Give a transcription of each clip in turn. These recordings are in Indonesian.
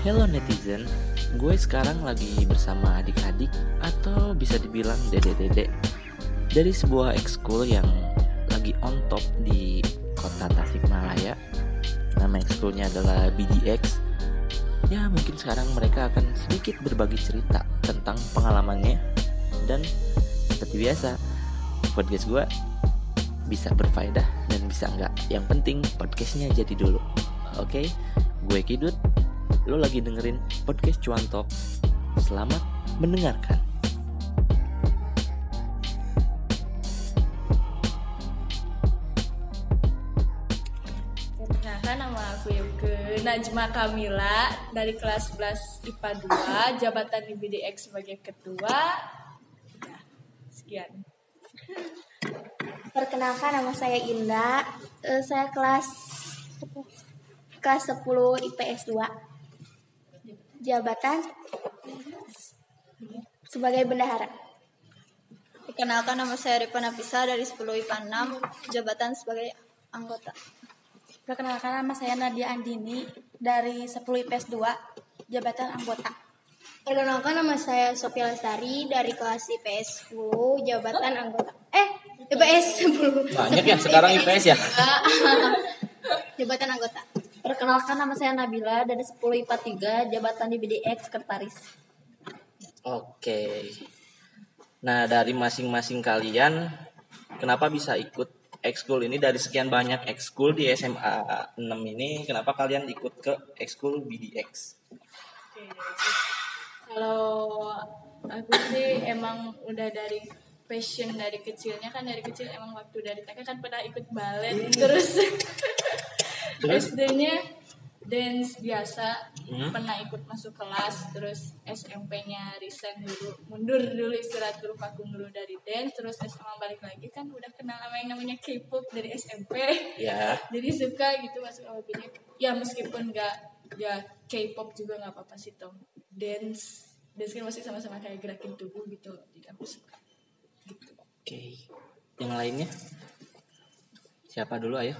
Hello netizen, gue sekarang lagi bersama adik-adik atau bisa dibilang dede-dede dari sebuah ekskul yang lagi on top di kota Tasikmalaya. Nama ekskulnya adalah BDX. Ya mungkin sekarang mereka akan sedikit berbagi cerita tentang pengalamannya. Dan seperti biasa, podcast gue bisa berfaedah dan bisa enggak. Yang penting podcastnya jadi dulu. Oke, gue Kidut. Lo lagi dengerin podcast Cuan Talk. Selamat mendengarkan. Perkenalkan, nama aku Yuke Najma Kamila dari kelas 11 IPA 2, jabatan di BDX sebagai ketua. Ya, sekian. Perkenalkan, nama saya Indah. Saya kelas 10 IPS 2. Jabatan sebagai bendahara. Perkenalkan, nama saya Ripa Nafisa dari 10 IPA 6, jabatan sebagai anggota. Perkenalkan, nama saya Nadia Andini dari 10 IPS 2, jabatan anggota. Perkenalkan, nama saya Sophia Lestari dari kelas IPS 10, jabatan anggota. IPS 10. Banyak ya sekarang IPS ya. Jabatan anggota. Perkenalkan, nama saya Nabila dari 10 IPA 3, jabatan di BDX sekretaris. Oke. Nah, dari masing-masing kalian kenapa bisa ikut ekskul ini? Dari sekian banyak ekskul di SMA 6 ini, kenapa kalian ikut ke ekskul BDX? Oke, kalau aku sih emang udah dari passion dari kecilnya kan, dari kecil emang waktu dari TK kan pernah ikut balet, terus SD-nya dance biasa, pernah ikut masuk kelas, terus SMP-nya resign dulu, mundur dulu, istirahat dulu, vakum dulu dari dance, terus SMA balik lagi kan udah kenal sama yang namanya K-pop dari SMP. Ya. Jadi suka gitu masuk sama BDX. Ya meskipun nggak K-pop juga nggak apa-apa sih toh. Dance kan masih sama-sama kayak gerakin tubuh gitu, jadi aku suka. Gitu. Oke. Yang lainnya? Siapa dulu ayo?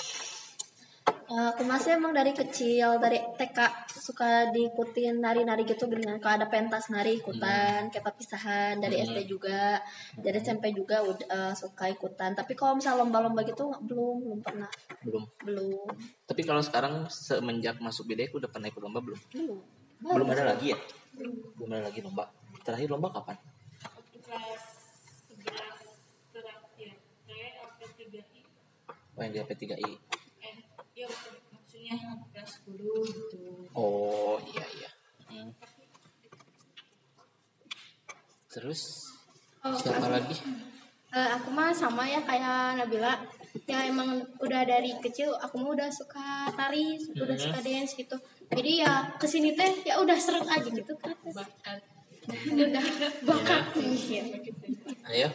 Aku masih emang dari kecil, dari TK suka diikutin nari-nari gitu, dengan kalau ada pentas nari ikutan, kayak perpisahan dari SD juga, dari SMP juga suka ikutan. Tapi kalau misalnya lomba-lomba gitu belum pernah. Belum. Tapi kalau sekarang semenjak masuk BDX udah pernah ikut lomba belum? Belum. Belum ada lagi ya? Belum ada lagi lomba. Terakhir lomba kapan? Waktu kelas 11 terakhir AP3I. Oh, yang di AP3I. Ya maksudnya kelas 10 gitu. Oh, iya. Terus siapa lagi? Aku mah sama ya kayak Nabila. Ya emang udah dari kecil aku mah udah suka tari, udah suka dance gitu. Jadi ya kesini teh ya udah seret aja gitu kan. Bakat. Udah bakat. Iya. Ayo.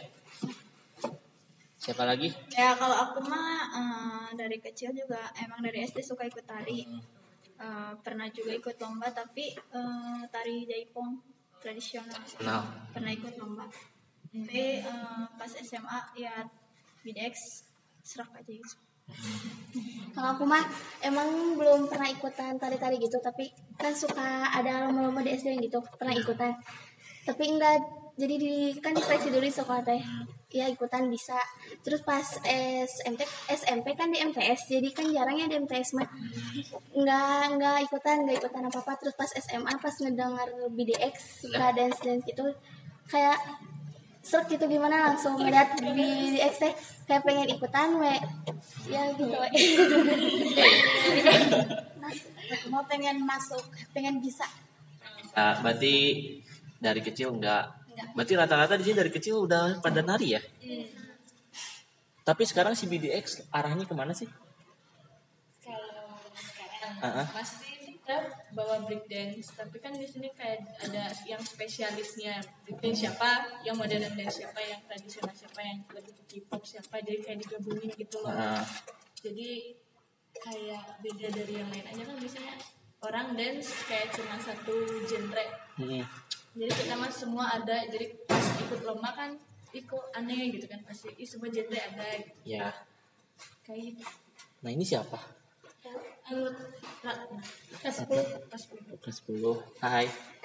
Siapa lagi? Ya kalau aku mah dari kecil juga emang dari SD suka ikut tari. Pernah juga ikut lomba tapi tari jaipong tradisional. Pernah ikut lomba. Tapi pas SMA ya BDX serak aja gitu. Kalau aku mah emang belum pernah ikutan tari-tari gitu, tapi kan suka ada lomba-lomba di SD yang gitu, pernah ikutan. Tapi enggak, jadi kan diseleksi dulu di sekolah teh. Ya ikutan bisa. Terus pas SMP kan di MTS, jadi kan jarangnya di MTS mah. Enggak ikutan apa-apa. Terus pas SMA pas ngedengar BDX suka dance gitu, kayak seru gitu, gimana langsung ngeliat BDX teh kayak pengen ikutan ya gitu. Mau pengen masuk, pengen bisa. Nah, berarti dari kecil enggak. Berarti rata-rata di sini dari kecil udah pada nari ya? Tapi sekarang si BDX arahnya kemana sih? Kalau sekarang masih tetap bawa break dance, tapi kan di sini kayak ada yang spesialisnya break dance siapa, yang modern dance siapa, yang tradisional siapa, yang lebih ke K-pop siapa, jadi kayak digabungin gitu loh. Jadi kayak beda dari yang lain aja kan, biasanya orang dance kayak cuma satu genre. Jadi kita mah semua ada, jadi pas ikut lomba kan ikut aneh gitu kan, pasti semua genre ada gitu. Ya. Kayak gitu. Nah, ini siapa? Anggota Ratna. Kelas 10. Kelas 10. Hai.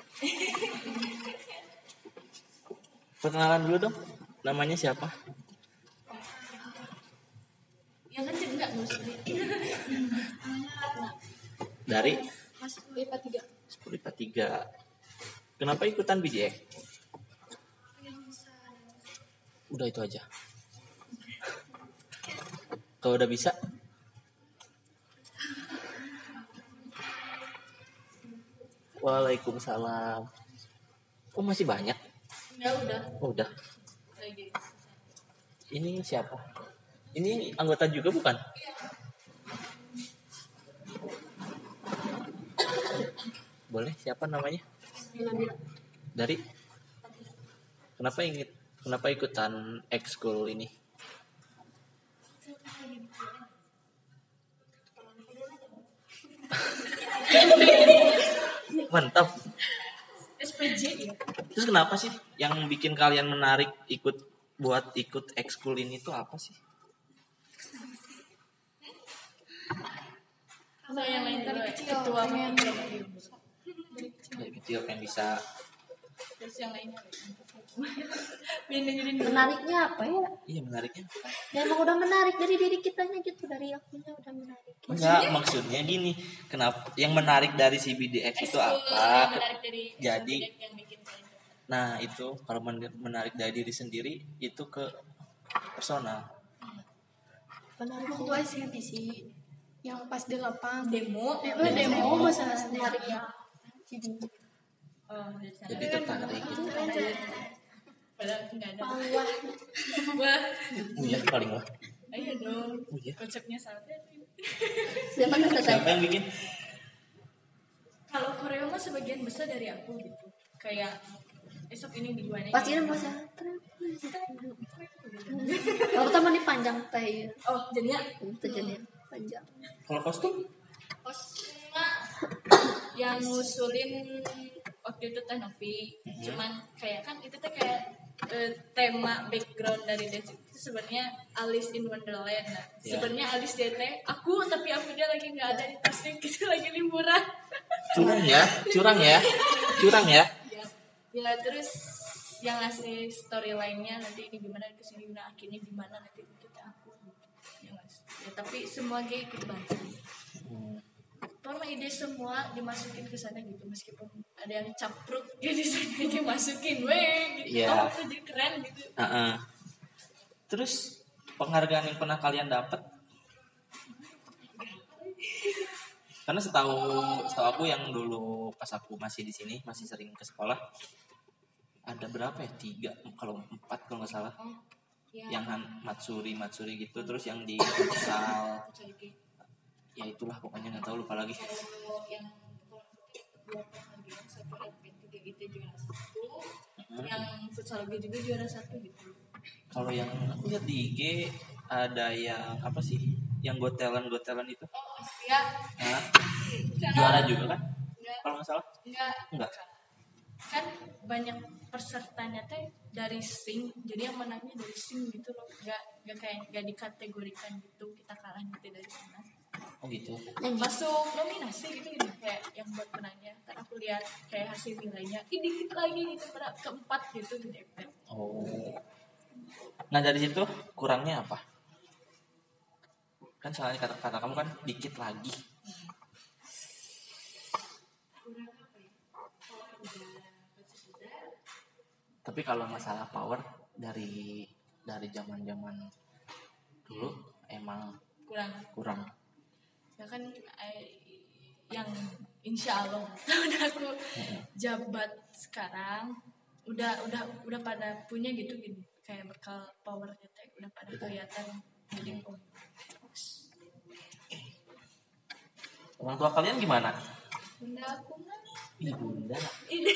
Perkenalan dulu dong. Namanya siapa? Yang kan enggak usah. Dari Mas IPA 3. 10 IPA 3. Kenapa ikutan BDX? Udah itu aja. Kalau udah bisa. Waalaikumsalam. Oh masih banyak? Ya udah. Oh, udah. Lagi. Ini siapa? Ini anggota juga bukan? Boleh, siapa namanya? Dari? Kenapa ikutan ekskul ini? Mantap. SPJ ya. Terus kenapa sih yang bikin kalian menarik ikut ekskul ini tuh apa sih? Kalau yang lain dari kecil ketua Dari kecil kan bisa. terus yang lainnya pengen dengerin dulu. Menariknya apa ya? Iya menariknya. Ya emang udah menarik dari diri kitanya gitu, dari akunya udah menarik. Enggak, maksudnya gini. Kenapa yang menarik dari CBDX itu apa? Menarik dari Jadi yang bikin kalian. nah itu kalau menarik dari diri sendiri itu ke personal. Menarik Waktu SMP sih yang pas di lapang Demo demo masalah menarik ya. oh dari sana. Jadi tertarik gitu. Padahal nggak ada Wah, wah Iya paling wah. ayo dong Oh, iya. konsepnya sama siapa yang tertarik? Siapa yang bikin? kalau koreo mah sebagian besar dari aku gitu kayak esok ini di guanya Pasti ada masa. Kalau pertama nih panjang teh, oh jadinya itu jadi panjang. Kalau kostum? cuma yang ngusulin waktu itu Teh Novi cuman kayak kan itu tuh kayak tema background dari Desi itu sebenarnya Alice in Wonderland. Nah, Ya. sebenarnya Alice DT aku tapi aku dia lagi nggak ada di Tasik gitu lagi liburan. Curang ya. Ya terus yang ngasih storyline-nya nanti ini gimana kesini gimana akhirnya gimana nanti itu teh aku ya, Mas. Ya tapi semua gay ikut bantu. Karena ide semua dimasukin ke sana gitu meskipun ada yang capruk ya di sana dimasukin weh gitu. Iya. Oh, itu jadi keren gitu. Terus penghargaan yang pernah kalian dapat? Karena setahu aku yang dulu pas aku masih di sini masih sering ke sekolah ada berapa ya 3 kalau 4 kalau nggak salah Ya, yang matsuri gitu terus yang di futsal ya itulah pokoknya nggak tahu lupa lagi. kalau yang dua penghargaan satu LP3 gitu juara satu, yang futsal juga juara satu gitu. Kalau yang aku lihat di IG ada yang apa sih yang Got Talent itu Oh Asia. Hah? Karena- Juara juga kan Enggak. kalau nggak salah? Enggak. Kan banyak pesertanya teh dari sing, jadi yang menangnya dari sing gitu loh. Enggak dikategorikan gitu kita kalah gitu dari sana. Oh gitu. Masuk nominasi gitu kayak yang buat menangnya. Ntar aku lihat kayak hasil nilainya, dikit lagi gitu pada keempat gitu di DP. Oh. Nah dari situ kurangnya apa? Kan soalnya kata kamu kan dikit lagi. Tapi kalau masalah power dari zaman dulu emang kurang. Ya kan yang insya Allah tahun aku jabat sekarang udah pada punya gitu kayak bekal powernya teh udah pada kelihatan jadi Orang tua kalian gimana? bunda aku mah Ibunda. ini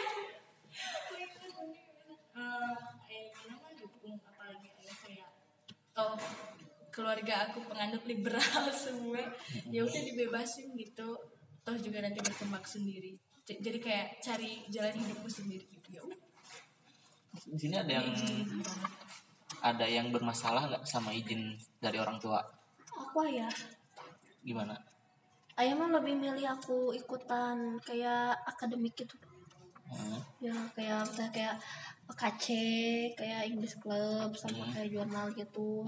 ayah mah dukung apalagi ayah kayak toh keluarga aku penganut liberal semua ya udah dibebasin gitu toh juga nanti berkembang sendiri jadi kayak cari jalan hidupmu sendiri gitu ya udah. Di sini ada yang bermasalah nggak sama izin dari orang tua? Apa ya? Gimana? Ayah mah lebih milih aku ikutan kayak akademik gitu. Ya kayak misalnya kayak KC, kayak English Club sama kayak jurnal gitu.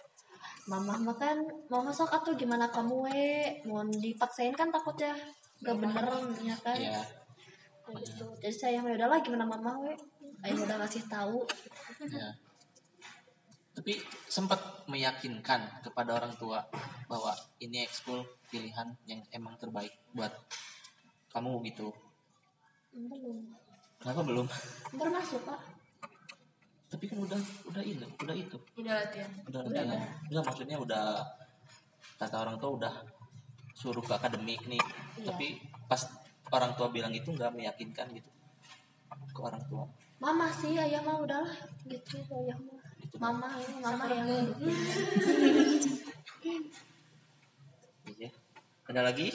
Mama sok atuh gimana kamu mau dipaksain kan takutnya gak bener ya kan. Iya. Kayak gitu. Jadi saya ya udahlah gimana mama ayah udah ngasih tahu. Ya. Tapi sempat meyakinkan kepada orang tua bahwa ini ekskul pilihan yang emang terbaik buat kamu gitu. Belum. Kenapa belum? Ntar masuk Pak. Tapi kan udah itu. Udah latihan. Udah maksudnya udah kata orang tua udah suruh ke akademik nih. Iya. Tapi pas orang tua bilang itu nggak meyakinkan gitu ke orang tua. Mama sih ayah mah udahlah gitu ayah mah. Mama yang Iya. Ada lagi?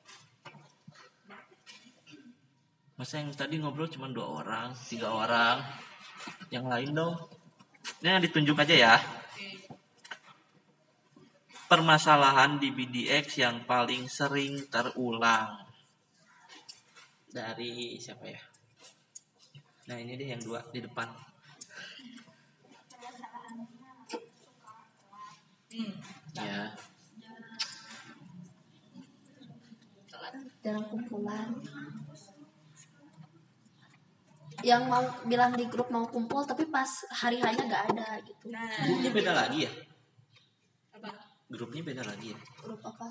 Masa yang tadi ngobrol cuma 2 orang, 3 orang. Yang lain dong. Ini ditunjuk aja ya. Permasalahan di BDX yang paling sering terulang. Dari siapa ya? Nah ini deh yang 2 di depan. Ya. jarang kumpulan. Yang mau bilang di grup mau kumpul tapi pas hari hanya gak ada gitu. Nah, Grupnya beda lagi ya? apa? Grupnya beda lagi ya? Grup apa?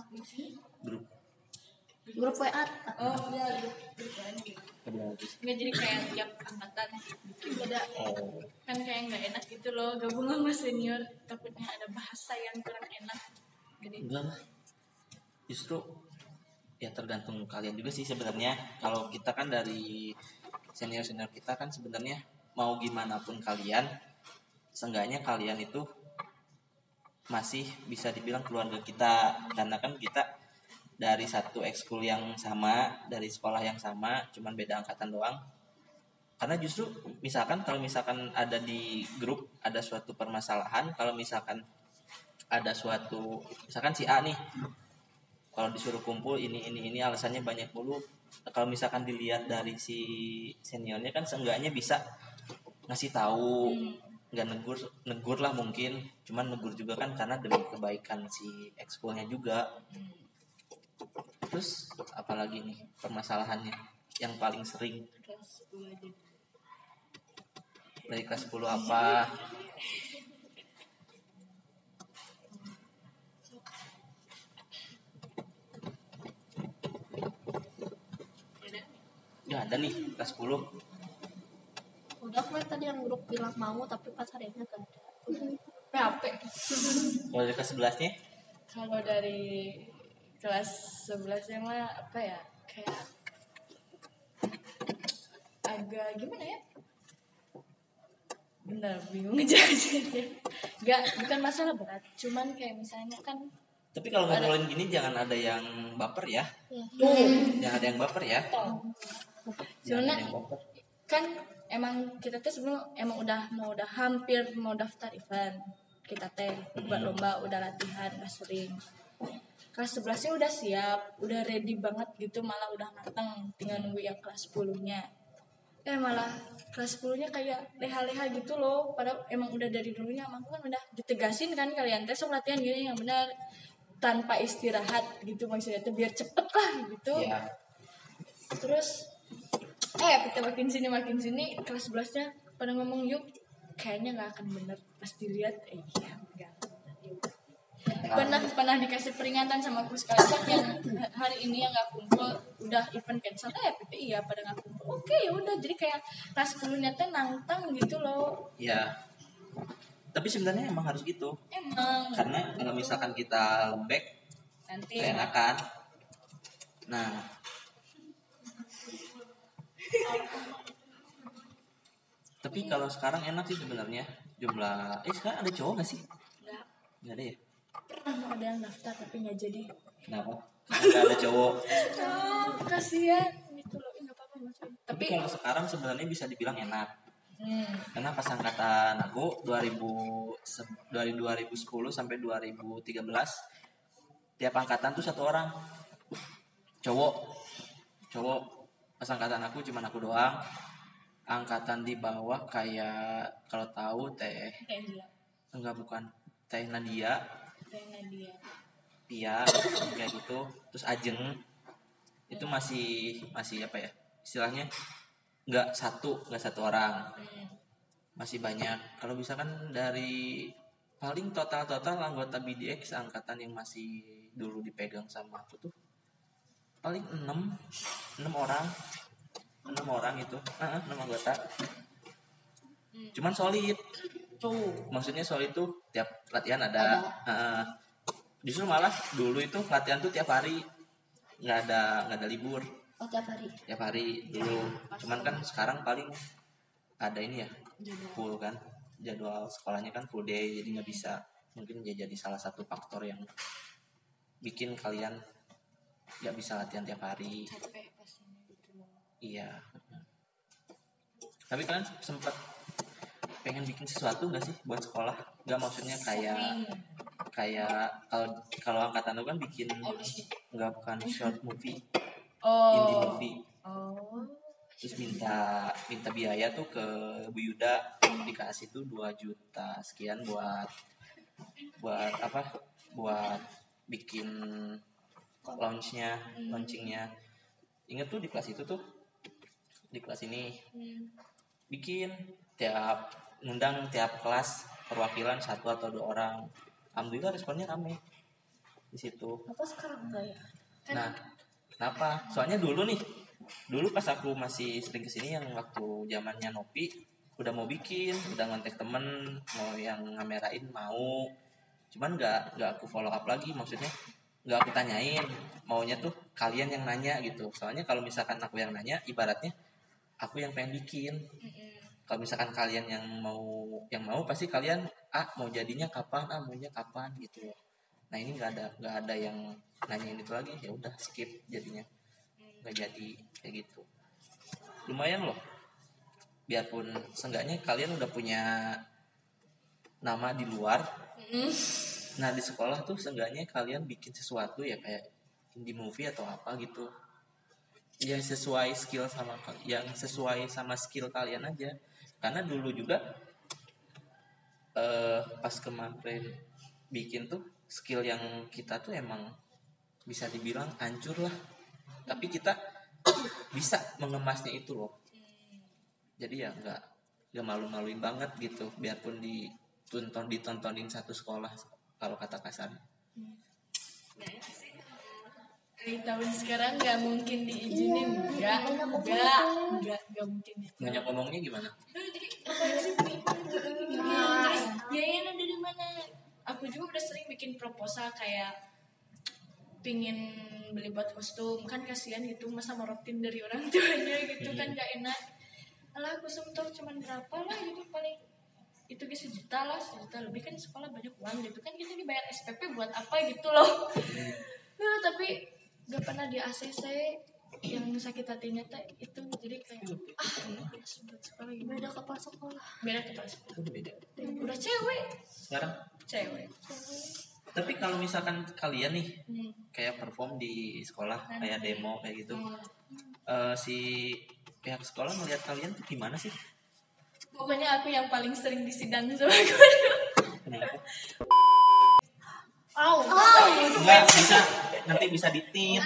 Grup WA. Oh, iya, gitu lagi. beda lagi. Nggak jadi kayak tiap angkatan bikin beda. Oh. Kan kayak nggak enak gitu loh gabung sama senior, takutnya ada bahasa yang kurang enak. Jadi Enggak lah. Justru ya tergantung kalian juga sih sebenarnya. Kalau kita kan dari senior kita kan sebenarnya mau gimana pun kalian, seenggaknya kalian itu masih bisa dibilang keluarga kita, karena kan kita dari satu ekskul yang sama, dari sekolah yang sama, cuman beda angkatan doang. Karena justru misalkan kalau misalkan ada di grup ada suatu permasalahan, kalau misalkan ada suatu misalkan si A nih, kalau disuruh kumpul ini alasannya banyak mulu. Kalau misalkan dilihat dari si seniornya kan seenggaknya bisa ngasih tahu, nggak negur lah mungkin, cuman negur juga kan karena demi kebaikan si ekskulnya juga. Terus apalagi nih permasalahannya yang paling sering kelas 10 aja. dari kelas 10 apa? Ya ada nih kelas 10. Udah gue tadi yang grup bilang mau tapi pas harinya gak ada. PHP. Kalau dari kelas 11 nya? Kalau dari kelas 11 mah apa ya, kayak agak gimana ya, bener bingung ngejelasinnya. Bukan masalah berat, cuman kayak misalnya kan Tapi kalau ngobrolin gini jangan ada yang baper ya. Jangan ada yang baper ya. Jangan sebenarnya ada yang baper. kan emang kita tuh sebelum emang udah hampir mau daftar event, kita teh buat lomba udah latihan udah sering. Kelas 11 nya udah siap, udah ready banget gitu, malah udah mateng, tinggal nunggu yang kelas 10 nya. Malah kelas 10 nya kayak leha-leha gitu loh, padahal emang udah dari dulunya emang kan udah ditegasin kan kalian tes latihan gini yang benar tanpa istirahat gitu, maksudnya tuh biar cepet lah gitu. Ya. Terus kita makin sini kelas 11 nya pada ngomong yuk kayaknya nggak akan bener, pas dilihat iya enggak. Pernah dikasih peringatan sama aku sekali yang hari ini yang nggak kumpul udah event cancel PPI ya pada nggak kumpul. Oke ya udah, jadi kayak kelas 10 nya teh nantang gitu loh. Ya. Tapi sebenarnya emang harus gitu. Emang Karena kalau misalkan kita lembek nanti keenakan. Nah, tapi kalau sekarang enak sih sebenarnya jumlah. Sekarang ada cowok nggak sih? Nggak ada ya? pernah mau ada yang daftar tapi nggak jadi. Kenapa? Karena nggak ada cowok. Kasihan gitu loh, nggak apa-apa maksudnya. Tapi kalau sekarang sebenarnya bisa dibilang enak. Hmm. Karena pas angkatan aku dari 2010 sampai 2013 tiap angkatan tuh 1 orang. cowok pas angkatan aku cuman aku doang. Angkatan di bawah kayak kalau tahu teh enggak, bukan, teh Nadia, Pia kayak gitu, terus Ajeng itu masih apa ya istilahnya, nggak satu orang, masih banyak. Kalau misalkan dari paling total anggota BDX angkatan yang masih dulu dipegang sama aku tuh paling 6 orang itu 6 anggota. Cuman solid tuh, maksudnya solid tuh tiap latihan ada. Justru malah dulu itu latihan tuh tiap hari, nggak ada libur. Tiap hari dulu. Cuman kan sekarang paling ada ini ya, full kan, jadwal sekolahnya kan full day, jadi nggak bisa. Mungkin jadi salah satu faktor yang bikin kalian nggak bisa latihan tiap hari. Iya. Tapi kalian sempat pengen bikin sesuatu nggak sih buat sekolah? Nggak, maksudnya kayak kalau angkatan lu kan bikin nggak, bukan short movie, indie movie. Terus minta biaya tuh ke Bu Yuda, dikasih tuh 2 juta sekian buat apa? Buat bikin launchingnya. Ingat tuh di kelas itu tuh, di kelas ini bikin ngundang tiap kelas perwakilan 1 atau 2 orang. Alhamdulillah responnya rame di situ. Apa sekarang enggak ya? Nah, kenapa? Soalnya dulu pas aku masih sering kesini, yang waktu zamannya Nopi, udah mau bikin, udah ngontek temen mau yang ngamerain, mau. Cuman nggak aku follow up lagi, maksudnya nggak aku tanyain, maunya tuh kalian yang nanya gitu. Soalnya kalau misalkan aku yang nanya, ibaratnya aku yang pengen bikin. Kalau misalkan kalian yang mau pasti kalian mau jadinya kapan, maunya kapan gitu. Nah ini nggak ada yang nanyain itu lagi, ya udah skip jadinya, nggak jadi kayak gitu. Lumayan loh, biarpun seenggaknya kalian udah punya nama di luar. Nah di sekolah tuh seenggaknya kalian bikin sesuatu ya, kayak indie movie atau apa gitu, yang sesuai sama skill kalian aja. Karena dulu juga pas kemarin bikin tuh, skill yang kita tuh emang bisa dibilang hancur lah, tapi kita bisa mengemasnya itu loh. Jadi ya nggak malu-maluin banget gitu, biarpun ditontonin satu sekolah, kalau kata kasarnya. Di tahun sekarang nggak mungkin diizinin, nggak mungkin. Banyak ngomongnya gimana? Jadi apa sih terus biayanya dari mana? Aku juga udah sering bikin proposal kayak pingin beli buat kostum, kan kasihan gitu masa morotin dari orang tuanya gitu kan, gak enak. Alah kostum tuh cuman berapa lah gitu, paling itu ke 1 juta lebih, kan sekolah banyak uang gitu kan, kita dibayar SPP buat apa gitu loh. Tapi gak pernah di ACC yang sakit hatinya teh itu, jadi kayak sekolah gitu. Beda kepala sekolah. Udah cewek Sekarang cewek. Tapi kalau misalkan kalian nih kayak perform di sekolah, kayak demo kayak gitu, si pihak sekolah melihat kalian tuh gimana sih? Pokoknya aku yang paling sering disidang sama guru. Kenapa? Enggak nanti bisa ditit.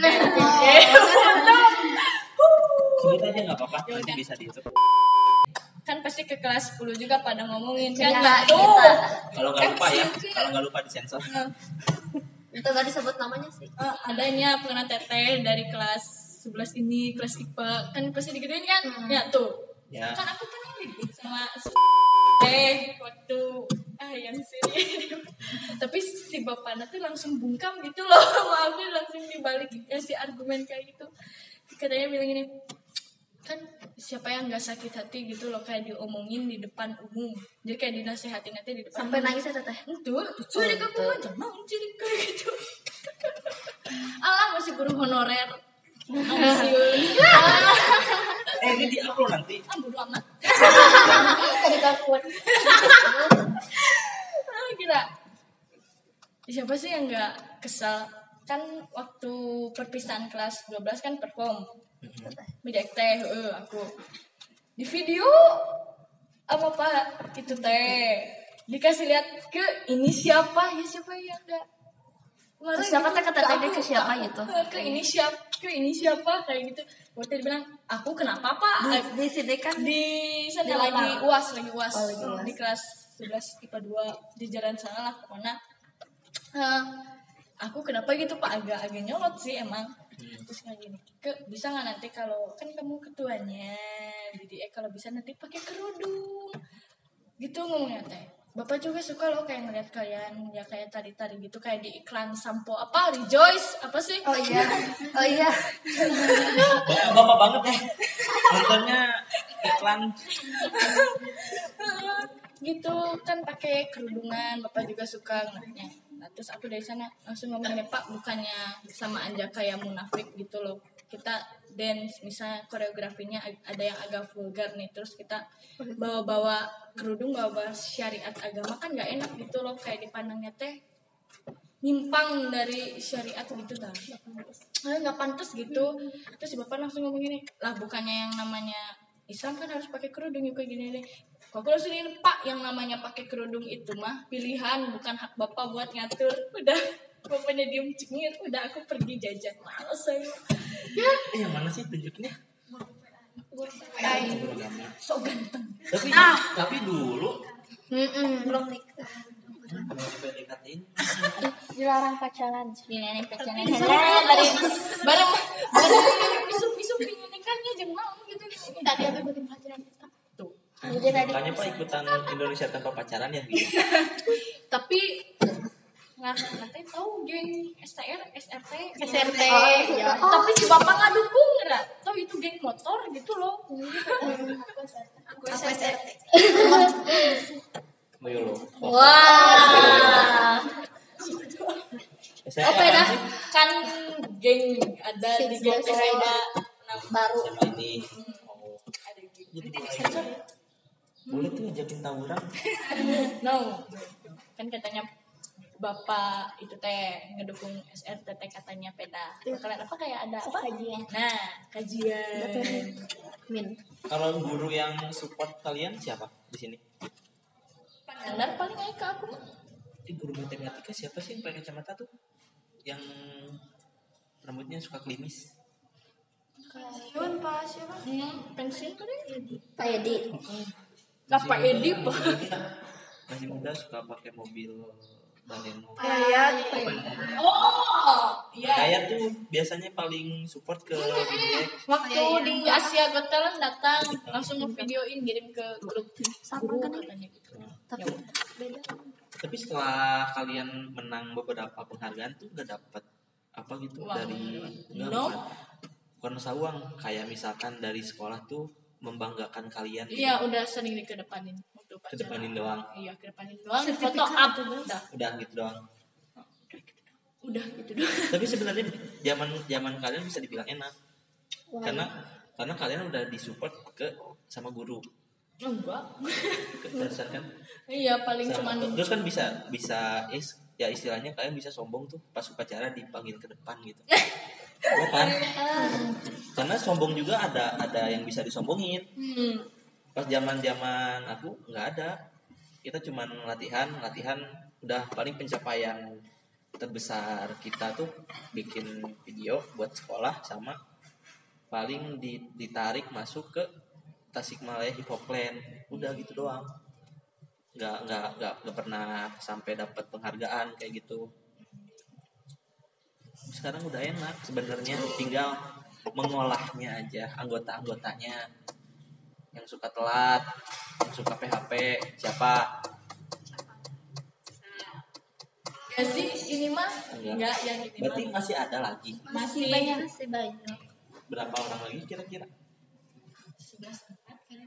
Sebut aja nggak apa-apa, nanti bisa ditit. Kan pasti ke kelas 10 juga pada ngomongin kan, Cerita tuh. kita. Kalau nggak lupa ya, kalau nggak lupa disensor. Itu nggak disebut namanya sih. Adanya pengenal teteh dari kelas 11 ini, kelas IPA kan pasti digituin kan. Ya tuh. Ya. Kan aku pernah ribut sama waktu yang sini. Tapi si bapaknya tuh langsung bungkam gitu loh. Maafin, langsung dibalik kasih argumen kayak gitu. Katanya bilang gini, kan siapa yang nggak sakit hati gitu loh, kayak diomongin di depan umum, jadi kayak dinasehatin di depan Sampai umum. nangis ya teteh. Tuh cuy aku mah jangan jadi kayak gitu. Alah masih guru honorer. Ini di upload nanti. Bodo amat. Tadi takut. Gila. Siapa sih yang nggak kesal kan waktu perpisahan kelas 12 kan perform beda teh aku di video apa pak itu teh dikasih lihat ke ini siapa yang enggak Terus siapa teh kata tadi ke siapa gitu? ke ini siapa kayak gitu waktu dibilang aku kenapa pak Di sini kan di sana Di lagi lapang. uas lagi uas. di kelas 11 IPA 2 di jalan sana lah kemana aku kenapa gitu pak agak nyolot sih emang terus kayak gini bisa nggak nanti kalau kan kamu ketuanya jadi kalau bisa nanti pakai kerudung gitu ngomongnya teh bapak juga suka loh kayak ngeliat kalian ya kayak tari gitu kayak di iklan sampo apa Rejoice apa sih Oh iya. Bapak banget ya nontonnya iklan. gitu kan pakai kerudungan bapak juga suka ngeliatnya nah, terus aku dari sana langsung ngomongin pak bukannya sama aja kayak munafik gitu loh kita dance misalnya koreografinya ada yang agak vulgar nih terus kita bawa kerudung bawa syariat agama kan nggak enak gitu loh kayak dipandangnya teh nyimpang dari syariat gitu dah nggak pantas gitu terus si bapak langsung ngomong gini lah bukannya yang namanya Islam kan harus pakai kerudung kayak gini nih kok langsung ini pak yang namanya pakai kerudung itu mah pilihan bukan hak bapak buat ngatur udah bapaknya diem cengir udah aku pergi jajan males saya Yang mana sih tunjuknya? so ganteng Tapi dulu Belum nikah. mau PDKT-in Dilarang pacaran. ini nenek pacaran bareng isu pingin nikahnya jangan mau gitu Tadi aku bikin pelajaran kita. tuh Jadi tadi makanya Pak ikutan Indonesia tanpa pacaran ya gitu. tapi nanti tahu geng STR SRT SRT. ya. Tapi si bapak nggak dukung nggak tahu itu geng motor gitu loh Aku SRT. Ayo lo. Wah. SMA beda apaan sih? kan geng ada di geng Six SMA Baru. SMA ini. Oh. ada geng Jadi boleh tuh ajakin tawuran. no kan katanya bapak itu teh ngedukung SRTT katanya peda kalian apa kayak ada apa Kajian. nah kajian Min. Kalau guru yang support kalian siapa di sini? Pandar paling aja ke aku mah Guru matematika siapa sih yang pakai kacamata tuh? Yang rambutnya suka klimis. Yun pa siapa? pensiun kan ya Pak Edi. Pak Edi pak Masih muda suka pakai mobil Baleno. Ayat. oh iya Kayak tuh biasanya paling support ke Bimtek. waktu di Asia Got Talent datang langsung ngevideoin kirim ke grup guru katanya gitu Tapi ya beda. Tapi setelah kalian menang beberapa penghargaan tuh gak dapat apa gitu Uang. dari enggak No. bukan masalah uang kayak misalkan dari sekolah tuh membanggakan kalian iya udah sering dikedepanin waktu kedepanin doang iya kedepanin doang foto up udah gitu doang. udah gitu doang Tapi sebenarnya zaman kalian bisa dibilang enak karena kalian udah disupport ke sama guru enggak keterusan kan iya paling cuman terus kan bisa ya istilahnya kalian bisa sombong tuh pas upacara dipanggil ke depan gitu. Ya kan? Karena sombong juga ada yang bisa disombongin. Pas zaman aku nggak ada. Kita cuman latihan udah paling pencapaian terbesar kita tuh bikin video buat sekolah sama paling ditarik masuk ke Tasikmalaya Hip Hop Land. Udah gitu doang. Nggak pernah sampai dapat penghargaan kayak gitu. Sekarang udah enak sebenarnya, tinggal mengolahnya aja anggotanya yang suka telat, yang suka PHP siapa? ya sih ini mah enggak yang ini Berarti mah masih ada lagi. masih Masih banyak. Berapa orang lagi kira-kira? 11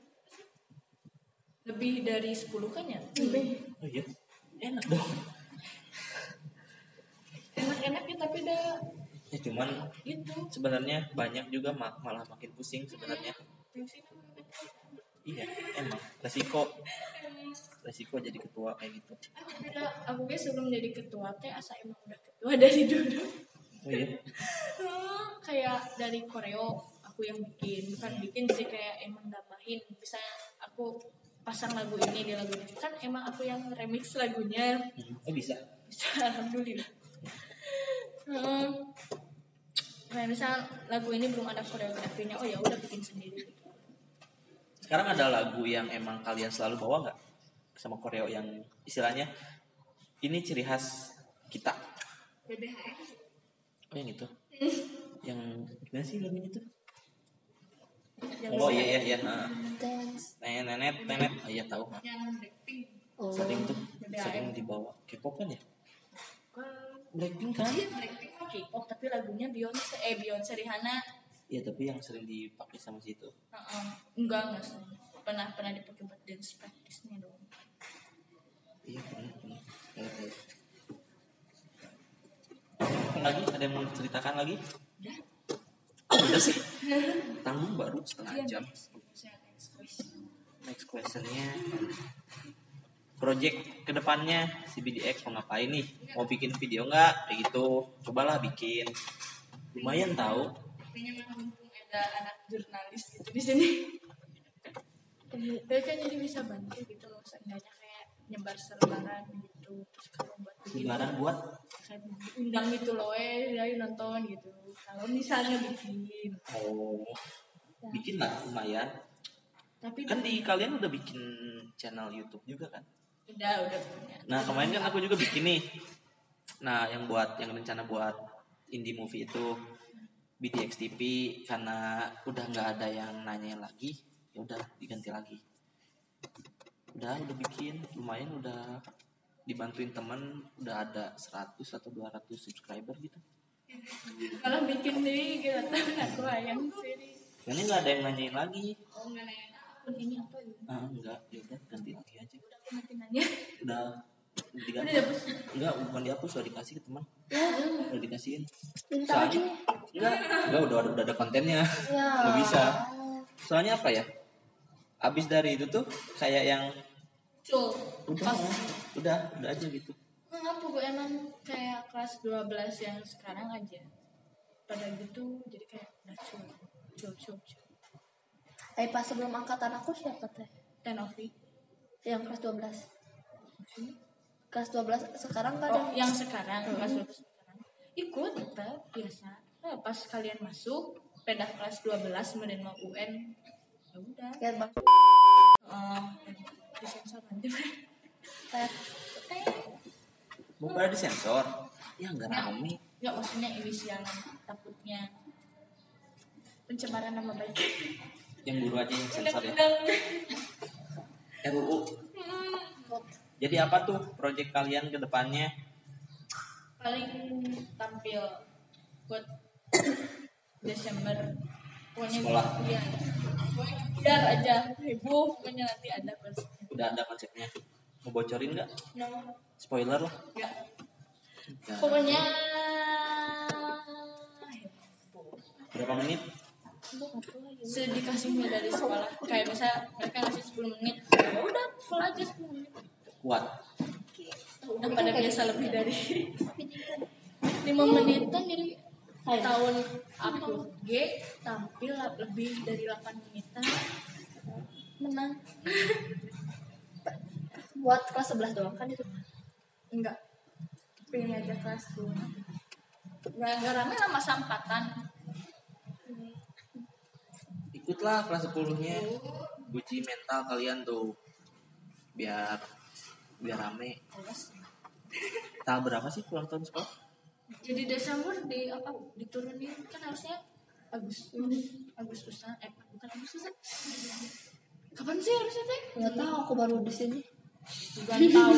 lebih dari 10 kan ya Oh iya, enak dong. enak-enaknya tapi udah Ya cuman gitu sebenarnya banyak juga malah makin pusing sebenarnya. Iya, emang resiko jadi ketua kayak gitu. aku guys sebelum jadi ketua teh asa emang udah ketua dari dulu Oh iya. Kayak dari koreo aku yang bikin, bukan bikin sih, kayak emang nambahin. Misalnya aku pasang lagu ini di lagu ini, kan emang aku yang remix lagunya. Oh bisa. Alhamdulillah. Kayak misal lagu ini belum ada koreografinya, oh ya udah bikin sendiri. Sekarang ada lagu yang emang kalian selalu bawa nggak sama koreo yang istilahnya ini ciri khas kita? BBHM. Oh yang itu. Yang gimana sih lagunya itu? Yang Oh iya. Dance. Nenet. Oh, iya tahu. Yang Blackpink. Oh. Sering tuh, BBM. sering dibawa. K-pop kan ya? Kan Blackpink kan? iya, Blackpink kan K-pop tapi lagunya Beyonce Rihanna. Iya tapi yang sering dipakai sama situ. Enggak sih. Pernah dipakai buat dance practice-nya dong. Iya pernah. Apa lagi? Ada yang mau ceritakan lagi? Udah sih. Tanggung baru setengah jam. Next questionnya, project kedepannya si BDX mau ngapain nih? Mau bikin video nggak? Kayak gitu. Cobalah bikin. Lumayan tahu. Kayaknya mumpung ada anak jurnalis gitu di sini. Dia kan jadi bisa bantu gitu loh, seenggaknya kayak nyebar selebaran gitu. Terus kalau buat bikin Lebaran buat kayak undang gitu loh, ayo nonton gitu. Kalau misalnya bikin, oh bikin lah lumayan. tapi Kan di kalian udah bikin channel YouTube juga kan? udah punya. Nah kemarin kan aku juga bikin nih. Nah yang rencana buat indie movie itu BDX TV, karena udah nggak ada yang nanyain lagi, ya udah diganti lagi. Udah bikin lumayan, udah dibantuin teman, udah ada 100 atau 200 subscriber gitu. Kalau bikin nih gitu aku ayang sih. Karena nggak ada yang nanyain lagi. Oh nggak nanya akun ini apa gitu. Enggak, ya udah ganti lagi aja. Udah aku nanti nanya. Udah diganti. Udah dihapus. Enggak, bukan dihapus, udah dikasih ke teman. Udah dikasihin. Minta Soalnya lagi. enggak udah ada kontennya. Ya. Nggak bisa. Soalnya apa ya? Abis dari itu tuh kayak yang Cul. udah aja gitu. Aku emang kayak kelas 12 yang sekarang aja. Pada gitu jadi kayak udah cul. Pas sebelum angkatan aku siapa teh? Tenovi. Yang kelas 12. Kelas 12 sekarang nggak ada. Oh, yang sekarang kelas 12 sekarang. Ikut tetap biasa. Nah, pas kalian masuk pindah kelas 12 menerima UN. Ya udah. Lihat bang. Disensor nanti. Mau pada disensor? Ya nggak rame. Nggak, maksudnya inisial takutnya pencemaran nama baik. Yang guru aja yang sensor ya. RUU. Jadi apa tuh proyek kalian ke depannya? Paling tampil buat Desember pokoknya Sekolah. ya, pokoknya biar aja heboh, pokoknya nanti ada pasti. Udah ada konsepnya. Mau bocorin nggak? No, Spoiler lah. ya. Ya. Pokoknya Berapa menit? sedikasihnya dari sekolah, kayak misalnya mereka ngasih 10 menit, ya udah full aja 10 menit. Kuat. Udah pada biasa lebih dari 5 menitan, jadi tahun aku tampil lebih dari 8 menitan menang. Buat kelas 11 doang kan itu. Enggak, pengen aja kelas 2. Nggak rame lah masa empatan. Ikutlah kelas 10-nya. Uji mental kalian tuh. Biar rame. Tanggal berapa sih ulang tahun sekolah? Jadi Desember diturunin kan harusnya Agustusan, bukan Agustusan. Kapan sih harusnya teh? Nggak tahu, aku baru di sini. Bukan tahu.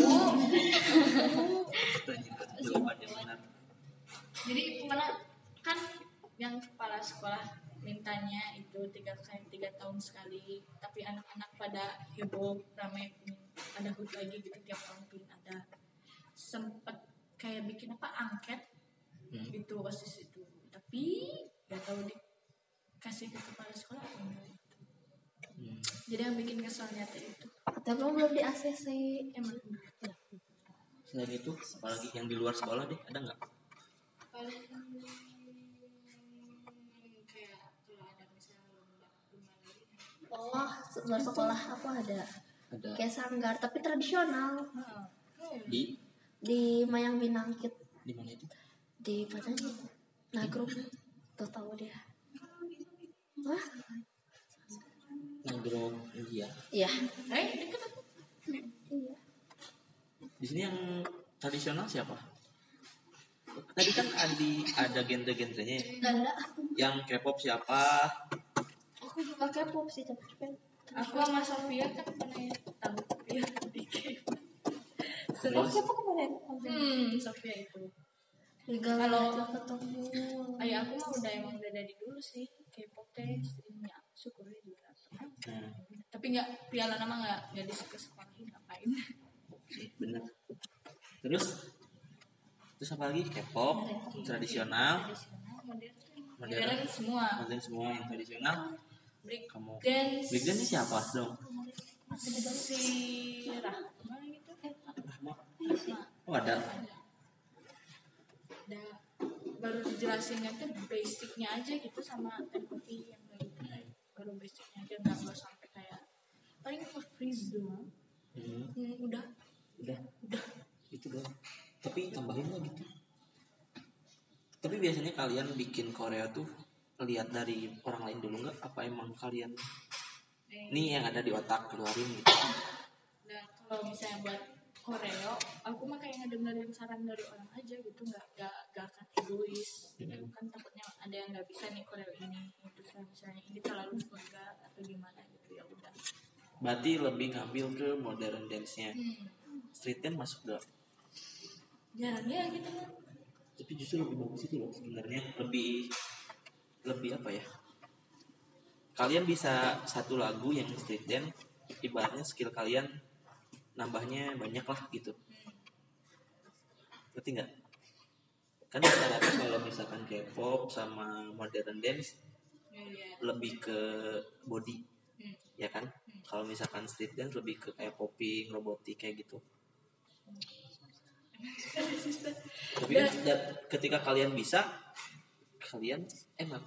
Itu jawabannya benar. Jadi kemana kan yang kepala sekolah mintanya itu 3 tahun sekali, tapi anak-anak pada heboh rame ada hut lagi gitu tiap tahun pin ada, sempet kayak bikin angket gitu osis itu, tapi nggak tahu dikasih ke kepala sekolah atau enggak gitu. Jadi yang bikin keselnya itu Tapi belum di ACC. emang Selain itu, apalagi yang di luar sekolah deh, ada nggak? paling kayak kalau ada misalnya lomba lagi. Oh, luar sekolah aku ada kayak sanggar tapi tradisional di Mayang Binangkit. Di mana itu? Di mana nih? Nagrog tuh tahu dia. Wah, Nagrog India. iya. Deket aku. Iya. Di sini yang tradisional siapa? Tadi kan ada genre-genrenya ya. Ganda. Yang K-pop siapa? Aku juga K-pop sih tapi kan Aku sama Sofia kan pernah tahu Sofia di K-pop. Terus siapa kemarin? Sofia itu. Kalau ketemu Ayah aku mah emang udah dari dulu sih K-pop teh ya syukurnya juga pernah. Tapi nggak piala nama nggak disuka sekolahin ngapain. bener. Terus apa lagi? K-pop, tradisional, modern semua. yang tradisional. Break Kamu dance. Break dance siapa dong? Si Rahma gitu. Rahma. Oh ada. Baru dijelasinnya tuh basicnya aja gitu sama teknik yang baru basicnya aja nggak sampai kayak paling freeze doang. Udah Itu doang. Tapi tambahin lah gitu. Tapi biasanya kalian bikin Korea tuh lihat dari orang lain dulu nggak? Apa emang kalian ini yang ada di otak keluarin gitu? Nah kalau misalnya buat koreo, aku mah kayak ngedengerin saran dari orang aja gitu, nggak akan egois. Kan takutnya ada yang nggak bisa nih koreo ini, terus misalnya ini terlalu vulgar atau gimana gitu ya udah. Berarti lebih ngambil ke modern dance-nya. Street dance masuk gak? Jarang ya gitu kan. Tapi justru lebih bagus itu loh sebenarnya, lebih apa ya? Kalian bisa satu lagu yang street dance, ibaratnya skill kalian nambahnya banyak lah gitu. Ngerti nggak? Kan rata-rata kalau misalkan K-pop sama modern dance lebih ke body, ya kan? Kalau misalkan street dance lebih ke kayak popping, robotik kayak gitu. Tapi kan ketika kalian bisa, kalian enak.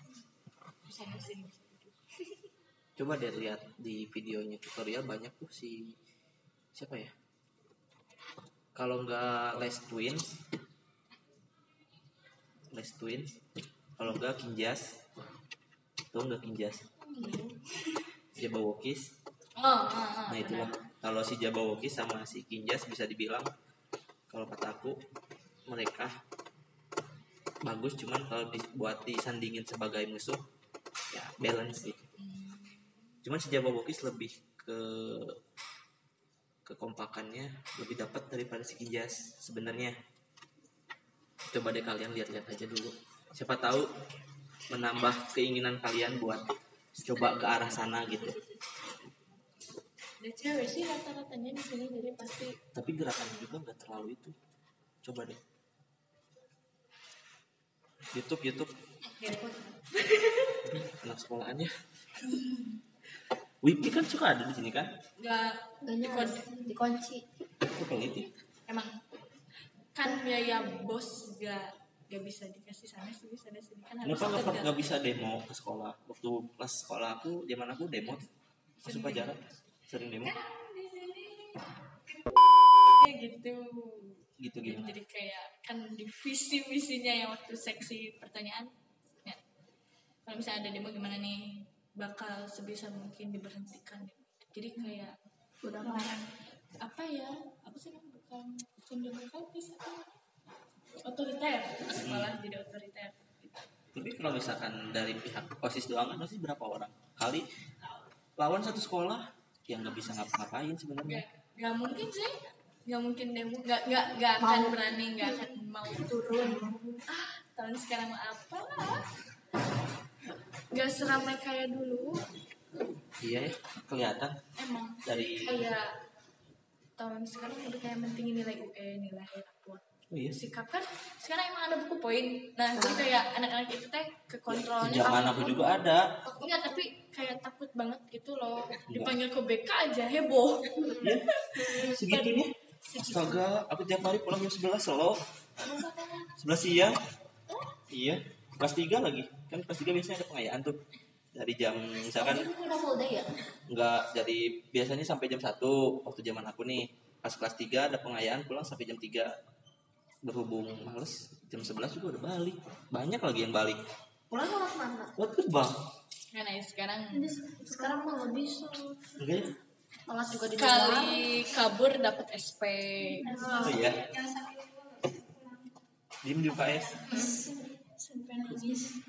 Coba deh lihat di videonya tutorial banyak tuh siapa ya? Kalau nggak Les Twins, kalau nggak Kinjas, tuh nggak Kinjas, Jabawokis. Nah itulah, kalau si Jabawokis sama si Kinjas bisa dibilang kalau kata aku mereka bagus, cuman kalau dibuat disandingin sebagai musuh ya balance sih. Cuman si Jabawokis lebih ke kekompakannya lebih dapat daripada si Kinjas sebenarnya. Coba deh kalian lihat-lihat aja dulu, siapa tahu menambah keinginan kalian buat coba ke arah sana gitu. Dan cewek sih rata-ratanya di sini jadi pasti. Tapi gerakannya juga nggak terlalu itu. Coba deh. YouTube. Anak sekolahannya. Wiki kan suka ada di sini kan? Nggak dikunci. Itu pelit ya. Emang kan biaya bos nggak bisa dikasih sana sini kan harus. Kenapa nggak bisa demo ke sekolah? Waktu kelas sekolah aku, zaman aku demo masuk pelajaran sering demo. Di sini gitu gimana? Jadi kayak kan di visi-visinya yang waktu seksi pertanyaan ya, kalau misalnya ada demo gimana nih bakal sebisa mungkin diberhentikan. Jadi kayak Udah apa sih kan bukan cenderung bisa otoriter sekolah jadi otoriter. Tapi kalau misalkan dari pihak OSIS doang kan OSIS berapa orang? Kali lawan satu sekolah yang nggak bisa ngapa-ngapain sebenarnya. Nggak mungkin sih, nggak mungkin demo, nggak akan berani, nggak akan mau turun. Tahun sekarang apa lah? Nggak seramai kayak dulu. Iya ya, kelihatan Emang dari kayak tahun sekarang udah kayak mentingin nilai UN, nilai rapor. Oh iya. Sikap kan sekarang emang ada buku poin. Nah, jadi kayak anak-anak itu teh ke kontrolnya. Zaman aku juga ada. Enggak, tapi kayak takut banget gitu loh. Dipanggil ke BK aja heboh. Ya, segitunya. Astaga, aku tiap hari pulang jam 11 loh. 11 siang. Iya, kelas 3 lagi. Kan kelas 3 biasanya ada pengayaan tuh. Dari jam misalkan Udah full day ya? enggak, jadi biasanya sampai jam 1 waktu zaman aku nih. Pas kelas 3 ada pengayaan, pulang sampai jam 3. Berhubung males, jam 11 juga udah balik. Banyak lagi yang balik. Pulang lewat mana? Buat gerbang. Karena sekarang Sekarang mah nggak bisa. Enggak ya? Malas juga di kali kabur dapat SP. Oh iya. Diem di UKS. Sampai nangis.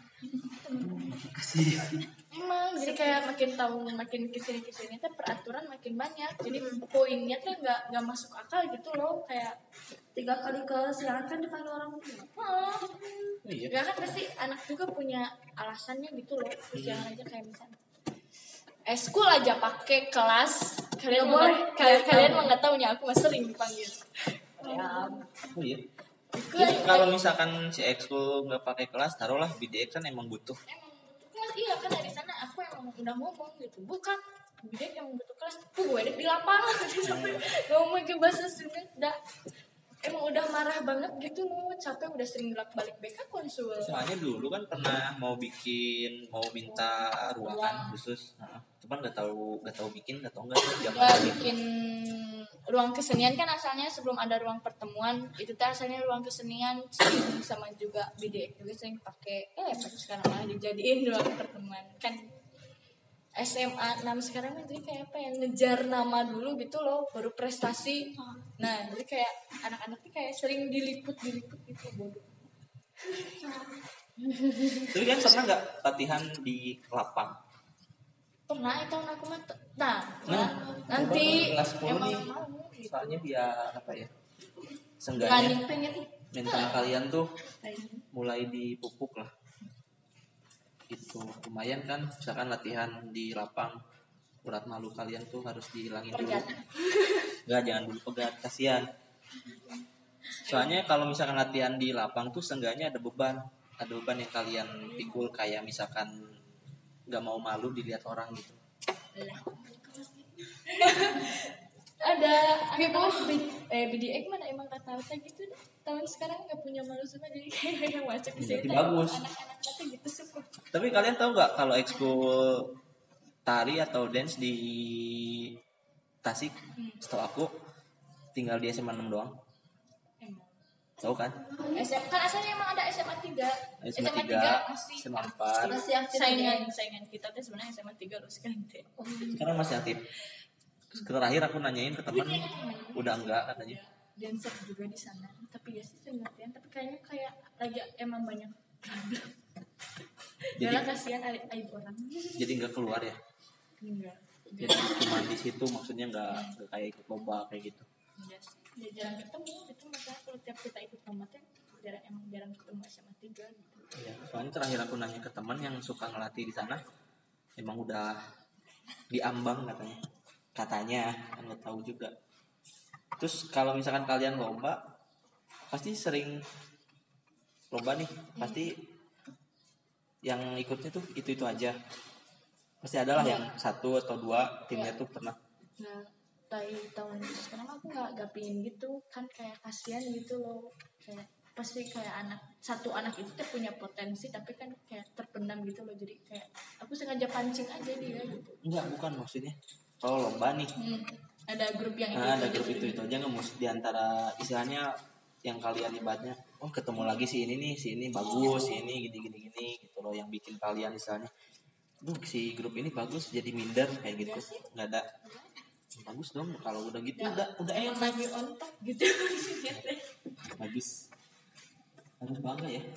Emang jadi kayak makin kesini tuh peraturan makin banyak. Jadi poinnya tuh nggak masuk akal gitu loh, kayak 3 kali ke siaran kan dipanggil orang tua. oh, Oh iya. ya kan pasti anak juga punya alasannya gitu loh. Terus jangan aja kayak misalnya school aja pakai kelas, kalian boleh. kalian mah nggak taunya, aku mah sering dipanggil. Ya, Oh iya. Jadi kalau misalkan si ekskul nggak pakai kelas, taruhlah BDX kan emang butuh. emang butuh kelas, iya kan dari sana aku emang udah ngomong gitu, bukan dia emang butuh kelas, gue di lapangan sampai ngomong ke bahasa Sunda, emang udah marah banget gitu loh, capek udah sering bolak-balik BK konsul. Soalnya dulu kan pernah mau minta ruangan khusus, cuman nggak tahu bikin atau enggak tuh Udah zaman. bikin ruang kesenian kan asalnya sebelum ada ruang pertemuan itu tuh asalnya ruang kesenian sering sama juga BDX juga sering pakai tapi sekarang malah dijadiin ruang pertemuan kan. SMA 6 sekarang kan jadi kayak apa ya, ngejar nama dulu gitu loh baru prestasi. Nah jadi kayak anak-anak tuh kayak sering diliput gitu bodoh. Tapi kan pernah nggak latihan di lapang? Pernah itu aku mah Nah, nanti kelas 10 emang nih. mau gitu. Soalnya biar apa ya? Berani Seenggaknya pengen mental kalian tuh mulai dipupuk lah. Itu lumayan kan, misalkan latihan di lapang, urat malu kalian tuh harus dihilangin dulu. Pegat. Enggak, jangan dulu pegat, kasihan. Soalnya kalau misalkan latihan di lapang tuh seenggaknya ada beban yang kalian pikul, kayak misalkan nggak mau malu dilihat orang gitu. Ada BDX mana emang rata-rata gitu deh. Tahun sekarang nggak punya malu semua jadi kayak yang masuk di sini Berarti bagus. anak-anak mata gitu suka. Tapi kalian tahu nggak kalau ekskul tari atau dance di Tasik, setahu aku tinggal di SMA 6 doang. Emang. Tahu kan? Kan asalnya emang ada SMA 3. SMA 3, masih SMA 4. Masih aktif saingan kita tuh sebenarnya SMA 3 loh sekarang teh. Sekarang masih aktif. Terakhir aku nanyain ke teman, udah enggak katanya. Dancer juga di sana. Tapi ya sih sering latihan, tapi kayaknya kayak lagi emang banyak problem. Jadi- Jadi kasihan aib orang. Jadi enggak keluar ya. Enggak. Jadi cuma di situ, maksudnya enggak kayak ikut lomba kayak gitu. Iya sih. Ya jarang ketemu itu masalah kalau tiap kita ikut lomba teh jarang ketemu SMA 3 gitu. Ya, soalnya terakhir aku nanya ke teman yang suka ngelatih di sana, emang udah diambang katanya kan nggak tahu juga. Terus kalau misalkan kalian lomba, pasti sering lomba nih, pasti yang ikutnya tuh itu aja. Pasti adalah yang 1 atau 2 timnya tuh pernah. Nah, dari tahun sekarang aku nggak pingin gitu kan, kayak kasihan gitu loh, kayak pasti kayak satu anak itu tuh punya potensi tapi kan kayak terpendam gitu loh, jadi kayak aku sengaja pancing aja dia gitu. Enggak, bukan maksudnya. Kalau lomba nih, Ada grup yang ada grup itu aja, nggak mesti diantara istilahnya yang kalian ibaratnya, oh ketemu lagi si ini bagus, si ini gini gitu loh, yang bikin kalian istilahnya, si grup ini bagus, jadi minder kayak gitu. Nggak ada. Bagus dong kalau udah gitu, udah emang enak. lagi on top gitu. Bagus, harus bangga ya.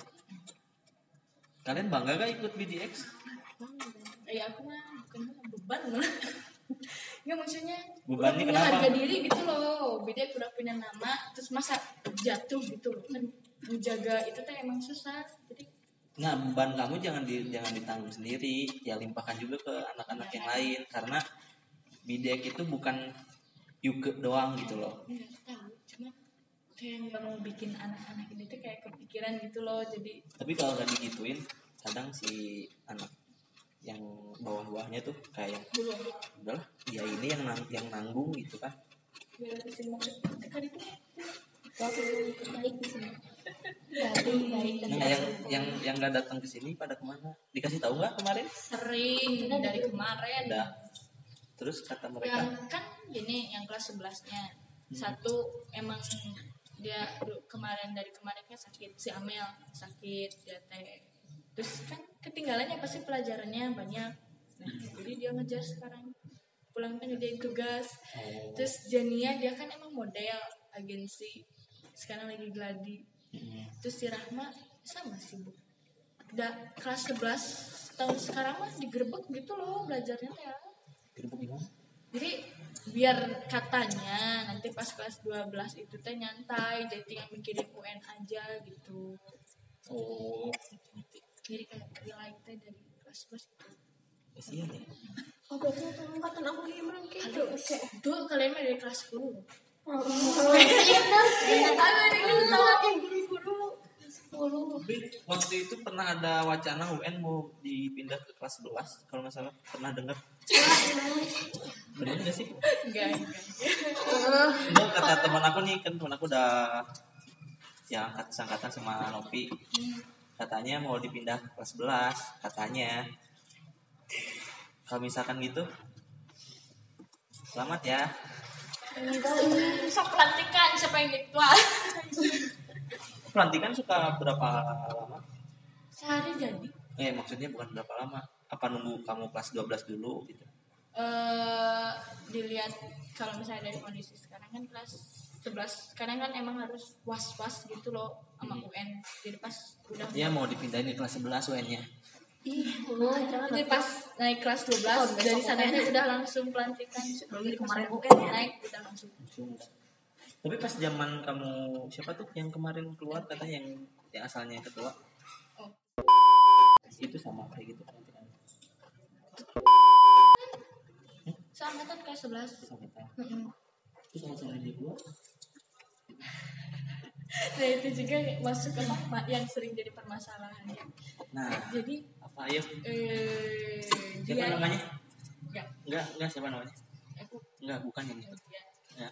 Kalian bangga gak ikut BDX? Aku mah bukan beban loh. Nggak, maksudnya Bebannya udah punya kenapa? harga diri gitu loh, beda udah punya nama terus masa jatuh gitu loh kan, menjaga itu tuh emang susah. Jadi Nah, beban kamu jangan ditanggung sendiri, ya limpahkan juga ke anak-anak yang lain, karena BDX itu bukan Yuke doang gitu loh. nggak tahu, cuma kayak nggak mau bikin anak-anak ini tuh kayak kepikiran gitu loh. Jadi Tapi kalau nggak digituin, kadang si anak yang bawah-bawahnya tuh kayak belum udahlah, dia ini yang nanggung gitu kan. biar kesini maksud kan itu Baik di sini. baik dan Nah, yang nggak datang ke sini pada kemana? Dikasih tahu nggak kemarin? Sering dari kemarin. Ada. Terus kata mereka, Yang kan gini, yang kelas 11-nya. Satu emang dia dari kemarin kan sakit, si Amel sakit dia teh. Terus kan ketinggalannya pasti pelajarannya banyak. Nah, jadi dia ngejar sekarang. Pulang kan dia tugas. Terus Jania dia kan emang model agensi. Sekarang lagi gladi. Terus si Rahma sama sih Bu. Udah kelas 11 tahun sekarang mah digerebek gitu loh belajarnya teh ya. Gerbek gimana? Jadi biar katanya nanti pas kelas 12 itu teh nyantai, jadi tinggal mikirin UN aja gitu. Oh, Jadi kayak nilai teh dari kelas 11 gitu. kasihan ya. Oh, berarti itu angkatan aku gimana kayak Aduh, tuh kalian mah dari kelas 10. Tapi waktu itu pernah ada wacana UN mau dipindah ke kelas 11 kalau nggak salah, pernah dengar? Benar nggak sih? Enggak. Itu kata teman aku nih, kan teman aku udah ya angkatan sama Nopi, katanya mau dipindah ke kelas 11 katanya. Kalau misalkan gitu, selamat ya. Sok pelantikan siapa yang jadi tua? Pelantikan suka berapa lama? Sehari jadi. Maksudnya bukan berapa lama. Apa nunggu kamu kelas 12 dulu gitu? Dilihat kalau misalnya dari kondisi sekarang kan kelas 11 sekarang kan emang harus was-was gitu loh sama UN. Jadi pas udah Ya mau dipindahin di kelas 11 UN-nya. jadi pas naik kelas 12 dari sana udah langsung pelantikan. Dari kemarin UN ya? naik udah langsung. Tapi pas zaman kamu siapa tuh yang kemarin keluar katanya yang asalnya ketua? Oh. Itu sama kayak gitu pelantikan. Seangkatan kelas 11. Sama Terus sama dia keluar? Nah itu juga masuk ke yang sering jadi permasalahan. Nah, Jadi apa ayo? Siapa dia namanya? Enggak, Siapa namanya? aku Enggak, bukan yang itu. Ya.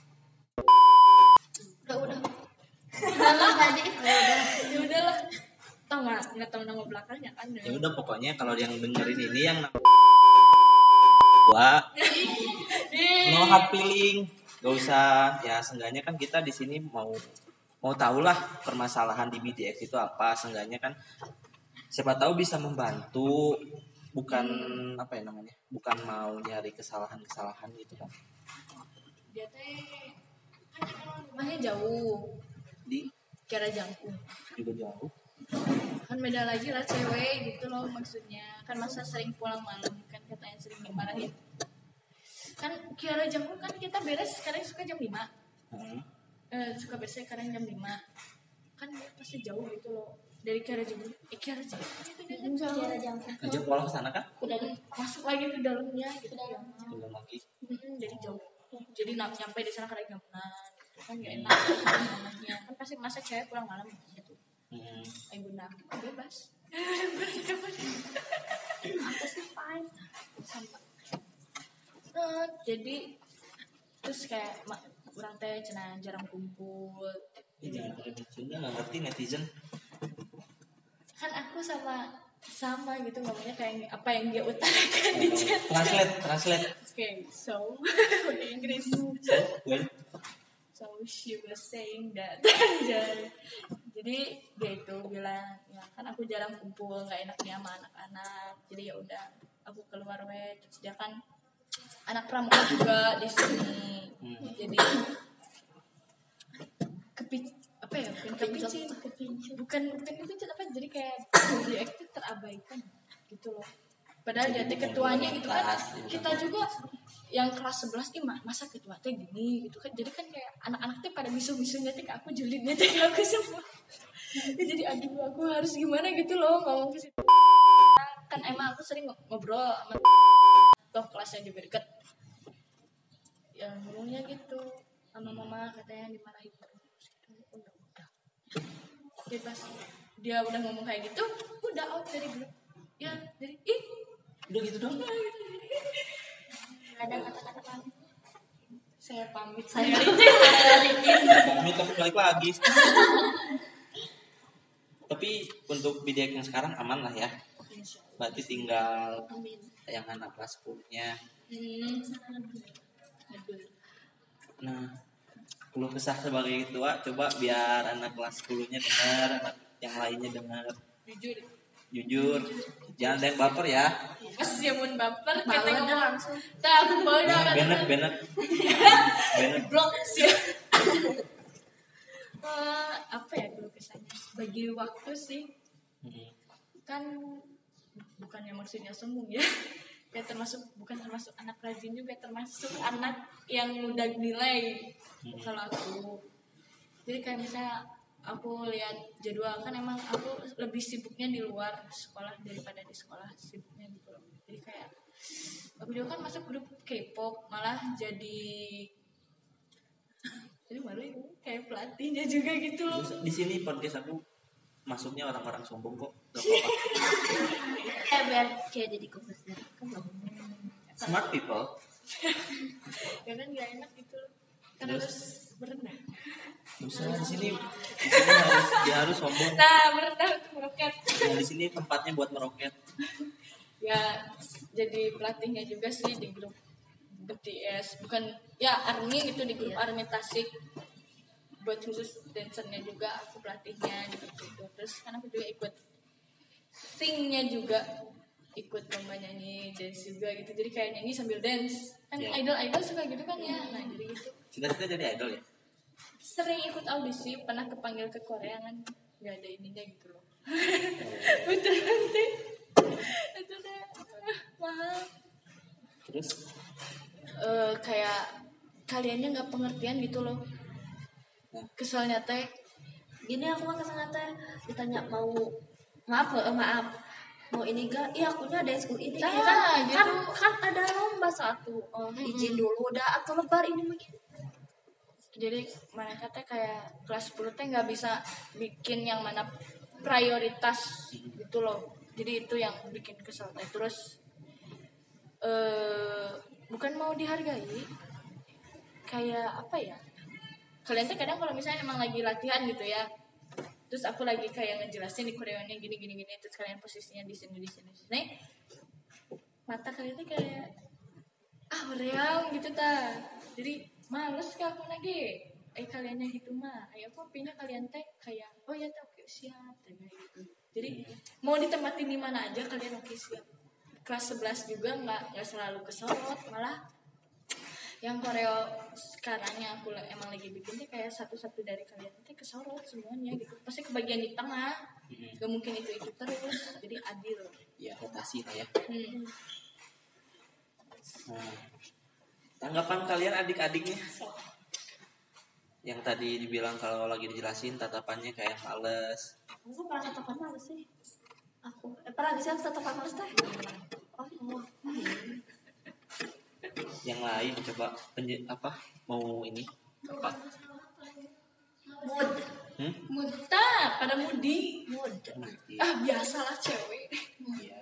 udah. Tadi Ya udahlah. Nggak tahu nama belakangnya kan. Ya udah pokoknya kalau yang dengerin ini yang gua no hard feeling, gak usah ya, seenggaknya kan kita di sini mau tahu lah permasalahan di BDX itu apa, seenggaknya kan siapa tahu bisa membantu, bukan apa ya namanya, bukan mau nyari kesalahan gitu kan. Dia teh kan emang rumahnya jauh Di Kiara Jangkung. juga jauh. Kan beda lagi lah cewek gitu loh maksudnya. Kan masa sering pulang malam kan katanya sering dimarahin. Kan Kiara Jangkung kan kita beres sekarang suka jam 5. Suka beresnya sekarang jam 5. Kan pasti jauh gitu loh. Dari Kiara Jangkung. Kiara Jangkung itu dia kan jauh. Ngajak pola ke sana kan? Udah masuk lagi ke dalamnya gitu. Udah lagi. Jadi jauh. Jadi nyampe di sana kadang jam 6. Kan gak enak namanya. Kan pasti masa cewek pulang malam gitu. Ibu nak bebas. Aku sih fine. Jadi terus kayak orang teh cenah jarang kumpul. Jangan pakai bercanda, nggak ngerti netizen. Kan aku sama gitu ngomongnya kayak apa yang dia utarakan di chat. Translate. Okay, so udah Inggris. So she was saying that. Jadi dia itu bilang, ya kan aku jarang kumpul, nggak enak nih sama anak-anak. Jadi ya udah, aku keluar terus dia kan anak pramuka juga di sini. Jadi bukan kepicin apa, jadi kayak dia itu terabaikan gitu loh. Padahal dia teh ketuanya gitu kan. Kita juga yang kelas 11 masa ketua teh gini gitu kan. Jadi kan kayak anak-anak teh pada misu-misunya teh ke aku, julidnya teh ke aku semua. Jadi aduh aku harus gimana gitu loh ngomong ke situ. Kan emang aku sering ngobrol sama toh kelasnya juga deket. Ya ngomongnya gitu sama mama, katanya dimarahin terus gitu. Udah. Jadi pas dia udah ngomong kayak gitu, udah out dari grup. Ya, jadi Udah gitu dong. ada kata-kata pamit. Saya pamit. Pamit tapi balik lagi. Tapi untuk bidik yang sekarang aman lah ya. Berarti tinggal yang anak kelas 10-nya. Nah, keluh kesah sebagai tua coba biar anak kelas 10-nya dengar, anak yang lainnya dengar. Jujur. Jangan ada yang baper ya. Pas dia mau baper kita Bawa ngomong langsung. tak aku bawa Benet. blok sih. Apa ya dulu kesannya bagi waktu sih kan bukannya maksudnya sombong ya ya bukan termasuk anak rajin juga, termasuk anak yang mudah nilai kalau aku. Jadi kayak misalnya aku lihat jadwal kan emang aku lebih sibuknya di luar sekolah daripada di sekolah sibuknya gitu loh. Jadi kayak aku juga kan masuk grup K-pop malah jadi malu ya, kayak pelatihnya juga gitu loh. Di sini podcast aku masuknya orang-orang sombong kok. Gak apa-apa. Biar kayak jadi komposer. Smart people. Ya kan gak enak gitu loh. Kan harus berenang. Bisa di sini harus sombong. Nah, berenang untuk meroket. Nah, di sini tempatnya buat meroket. Ya, jadi pelatihnya juga sih di grup BTS. Bukan ya ARMY gitu, di grup ARMY Tasik. Buat khusus dancernya juga aku pelatihnya gitu. Terus kan aku juga ikut singnya juga, ikut lomba nyanyi dance juga gitu. Jadi kayak nyanyi sambil dance. Kan idol suka gitu kan ya. Nah, jadi gitu. Cita-cita jadi idol ya? Sering ikut audisi, pernah kepanggil ke Korea kan nggak ada ininya gitu loh. Betul nanti itu deh mahal. Terus Kayak kaliannya nggak pengertian gitu loh. Keselnya teh Gini aku mah kesana teh ditanya mau maaf mau ini gak? Iya akunya ada school ini. Nah, Iya kan, gitu. kan ada lomba satu. Izin dulu udah atau lebar ini mungkin. jadi mereka teh kayak kelas 10 teh nggak bisa bikin yang mana prioritas gitu loh. Jadi itu yang bikin kesel teh. Terus bukan mau dihargai, kayak apa ya, kalian tuh kadang kalau misalnya emang lagi latihan gitu ya, terus aku lagi kayak ngejelasin di koreonya gini, terus kalian posisinya di sini, mata kalian tuh kayak hoream gitu ta. Jadi males ke aku lagi. Kaliannya gitu mah. Aku pinya kalian teh kayak oh ya teh oke siap kayak gitu. Jadi mau ditempatin di mana aja kalian oke siap. Kelas 11 juga nggak selalu kesorot, malah yang koreo sekarang yang aku emang lagi bikin tuh kayak satu-satu dari kalian teh kesorot semuanya gitu. Pasti kebagian di tengah. Gak mungkin itu terus. Jadi adil. ya rotasi lah ya. Nah, tanggapan kalian adik-adiknya yang tadi dibilang kalau lagi dijelasin tatapannya kayak males. Aku pernah tatapan males sih. Aku pernah bisa tatapan males teh. Yang lain coba mau ini apa? Muta pada mudi. Iya. Biasalah cewek. Iya.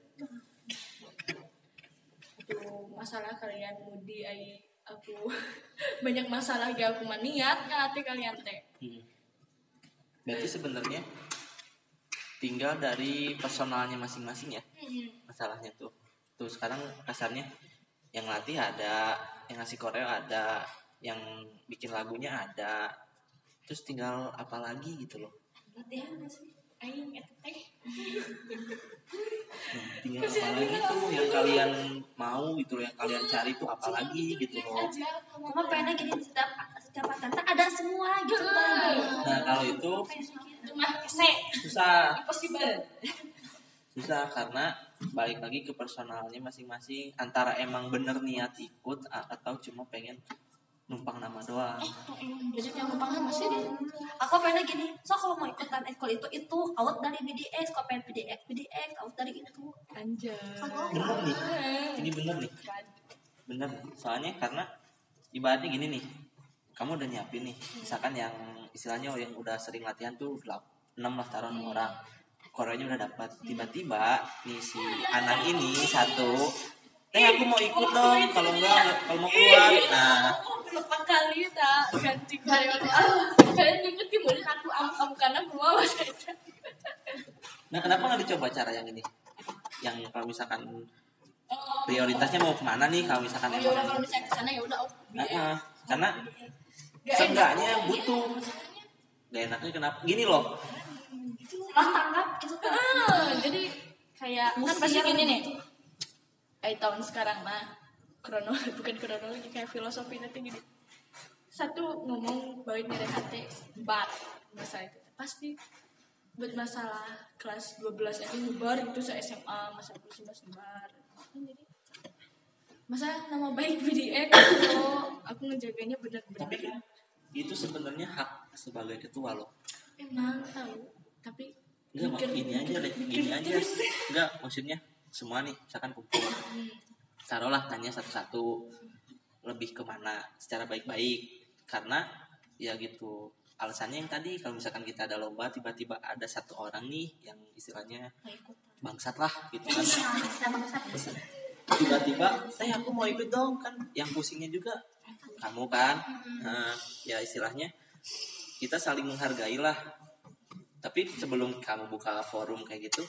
Itu masalah kalian mudi aku banyak masalah ya aku maniat ngelatih kalian teh. Berarti sebenarnya tinggal dari personalnya masing-masing ya. Masalahnya tuh sekarang kasarnya yang latih ada, yang ngasih koreo ada, yang bikin lagunya ada, terus tinggal apa lagi gitu loh. Latihan sih aing teh. Tinggal apa lagi tuh yang kalian mau gitu loh, yang kalian cari tuh apa lagi gitu loh. Cuma pengennya gini setiap tante ada semua gitu Bang. Nah kalau itu Cuma susah impossible. Karena balik lagi ke personalnya masing-masing, antara emang bener niat ikut atau cuma pengen numpang nama doang. Emang banyak yang numpang nama sih deh. Aku pengennya gini, so kalau mau ikutan ekskul itu out dari BDS, kalau pengen BDX out dari itu. Anjay. Bener nih, ini bener. Soalnya karena ibaratnya gini nih, kamu udah nyiapin nih, misalkan yang istilahnya yang udah sering latihan tuh 6 lah, taruh 6 orang, koreonya udah dapat, tiba-tiba nih si Anang ini satu, aku mau ikut dong, kalau mau keluar, nah Berapa kali tak ganti koreo. Kalian inget gimana aku am karena belum masa itu. Nah, kenapa nggak dicoba cara yang ini? Yang kalau misalkan prioritasnya mau kemana nih? Kalau misalkan ya udah kalau misalnya kesana ya udah karena Gak seenggaknya butuh. Gak enaknya kenapa? Gini loh. tanggap itu jadi kayak kan pasti gini nih. Tahun sekarang mah bukan kronologi kayak filosofi nanti gini. Satu ngomong baik nyari hati bar masalah itu pasti buat masalah kelas 12 ini nyebar itu se SMA masa 11 nyebar jadi masa nama baik BDX kalau aku ngejaganya benar-benar Tapi kan itu sebenarnya hak sebagai ketua loh. emang tahu tapi Enggak, gini aja. Enggak, maksudnya semua nih misalkan kumpul. Taruhlah tanya satu-satu lebih kemana secara baik-baik. Karena ya gitu alasannya yang tadi kalau misalkan kita ada lomba tiba-tiba ada satu orang nih yang istilahnya bangsat lah gitu kan. Tiba-tiba aku mau ikut dong kan yang pusingnya juga kamu kan. Nah, ya istilahnya kita saling menghargai lah. Tapi sebelum kamu buka forum kayak gitu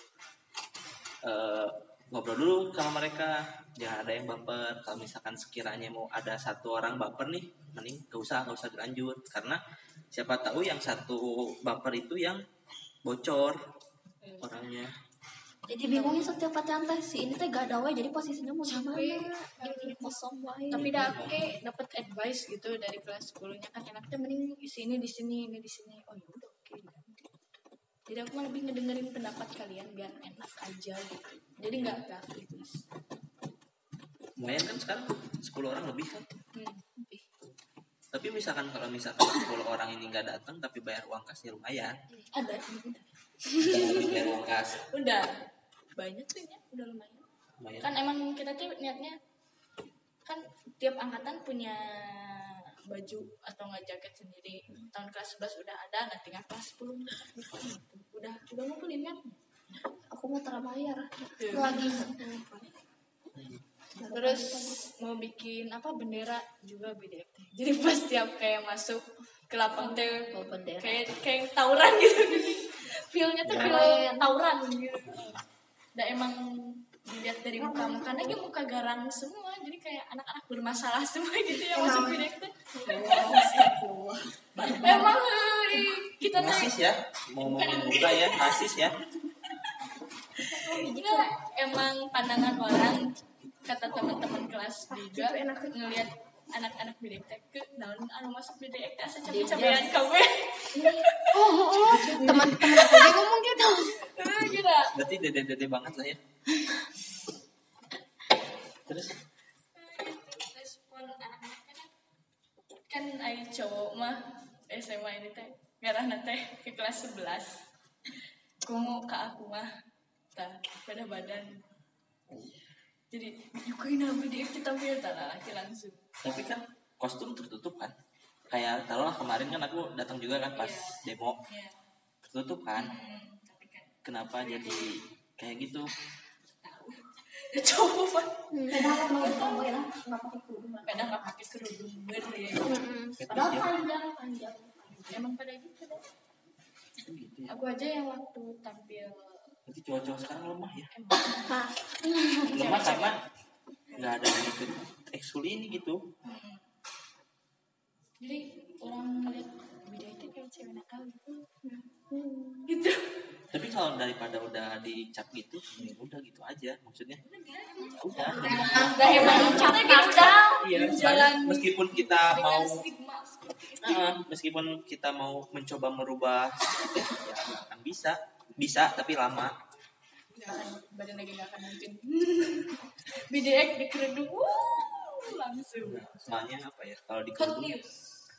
ngobrol dulu sama mereka, jangan ada yang baper. Kalau misalkan sekiranya mau ada satu orang baper nih, mending gak usah dilanjut karena siapa tahu yang satu baper itu yang bocor orangnya. Jadi bingungnya setiap latihan teh si ini teh gak ada wae jadi posisinya mau di mana? Kosong wae. tapi dapat advice gitu dari kelas 10-nya kan enaknya mending di sini oh ya udah oke. Jadi aku mah lebih ngedengerin pendapat kalian biar enak aja gitu. Jadi nggak aktivis. Lumayan kan sekarang 10 orang lebih kan. Lebih. Tapi misalkan kalau 10 orang ini nggak datang tapi bayar uang kasnya lumayan. Ada. Bayar uang kas. Udah banyak tuh ya, udah lumayan. Lumayan. Kan emang kita tuh niatnya kan tiap angkatan punya baju atau nggak jaket sendiri. Tahun kelas 11 udah ada, nanti tinggal kelas 10 udah ngumpulin kan. Aku mau terbayar Tuh. lagi. Terus mau bikin apa bendera juga beda. Jadi pas tiap kayak masuk ke lapang teh Bendera. kayak tawuran gitu. Feel-nya tuh feel tawuran gitu. Dan emang dilihat dari muka-mukanya dia muka garang semua. Jadi kayak anak-anak bermasalah semua gitu ya masuk beda teh. Emang kita tuh Rasis ya, mau ngomongin muka ya, rasis ya. Enggak, emang pandangan orang kata teman-teman kelas juga ngelihat anak-anak bidek ke daun anu masuk bidek asa capek-capekan kabeh. Teman-teman aku juga ngomong gitu. Gila. Berarti dede banget lah ya. Terus Respon anak-anak kan ai cowok mah SMA ini teh ngarahna teh ke kelas 11. Kumu ke aku mah tah pada badan. Jadi nyukain bidek kita tampil tah laki langsung. tapi kan kostum tertutup kan. Kayak taruhlah kemarin kan aku datang juga kan pas demo. Iya. Tertutup kan. Tapi kan Kenapa jadi kayak gitu? coba Padahal mau tomboy lah, nggak pakai kerudung. kadang nggak pakai kerudung ya. Padahal panjang. Emang pada gitu deh. Gitu ya. Aku aja yang waktu tampil Berarti cowok-cowok sekarang lemah ya. Nah, Lemah karena nggak ada yang ikut ekskul ini gitu. jadi orang ngeliat beda itu kayak cewek nakal gitu. Gitu. Tapi kalau daripada udah dicap gitu, ya udah gitu aja. Maksudnya udah. Udah emang kita gagal Iya, jalan meskipun kita mau dengan stigma seperti itu. meskipun kita mau mencoba merubah ya nggak akan bisa tapi lama. Nggak akan badan lagi nggak akan mungkin. BDX di kerudung, langsung. Soalnya apa ya kalau di Hot kerudung news.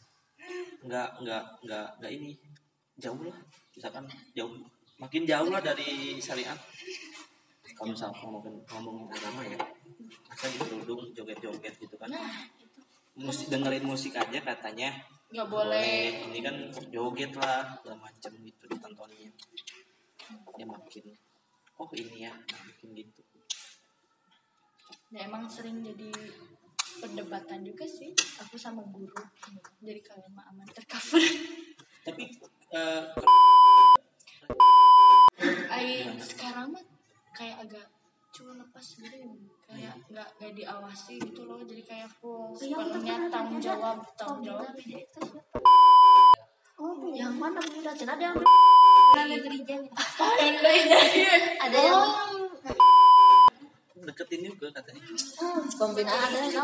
nggak ini jauh lah, misalkan makin jauh lah dari syariat. Kalau misalkan ngomongin agama ya, masa di kerudung joget-joget gitu kan. Musik, dengerin musik aja katanya Nggak boleh. ini kan joget lah segala macam gitu ditontonnya ya makin ini ya makin gitu. Nah emang sering jadi perdebatan juga sih aku sama guru. Jadi kalian mah aman tercover. Tapi Ai evaluasi gitu loh, jadi kayak full Iya, sepenuhnya betul, tanggung ada. jawab Oh, yang mana udah cina ada yang Ada yang Deketin juga katanya. pembinaan ada yang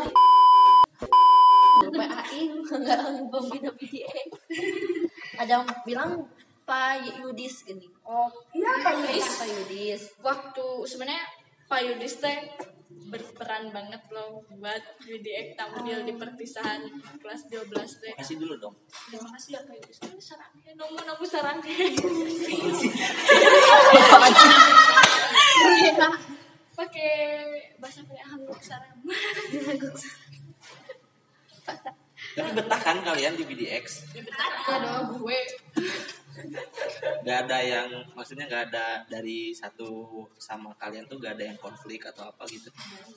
PAI nggak pembina PDX. Ada yang bilang Pak Yudis gini. oh iya Pak Yudis. Pak Yudis. Waktu sebenarnya Pak Yudis teh berperan banget loh buat WDX tampil di perpisahan kelas 12 teh. Kasih dulu dong. Terima kasih ya Pak Yudis. Ini sarangnya nomu sarangnya. Pakai bahasa kayak hangguk sarang. Tapi betah kan kalian di BDX? Ada gue. Gak ada yang, maksudnya gak ada dari satu sama kalian tuh gak ada yang konflik atau apa gitu.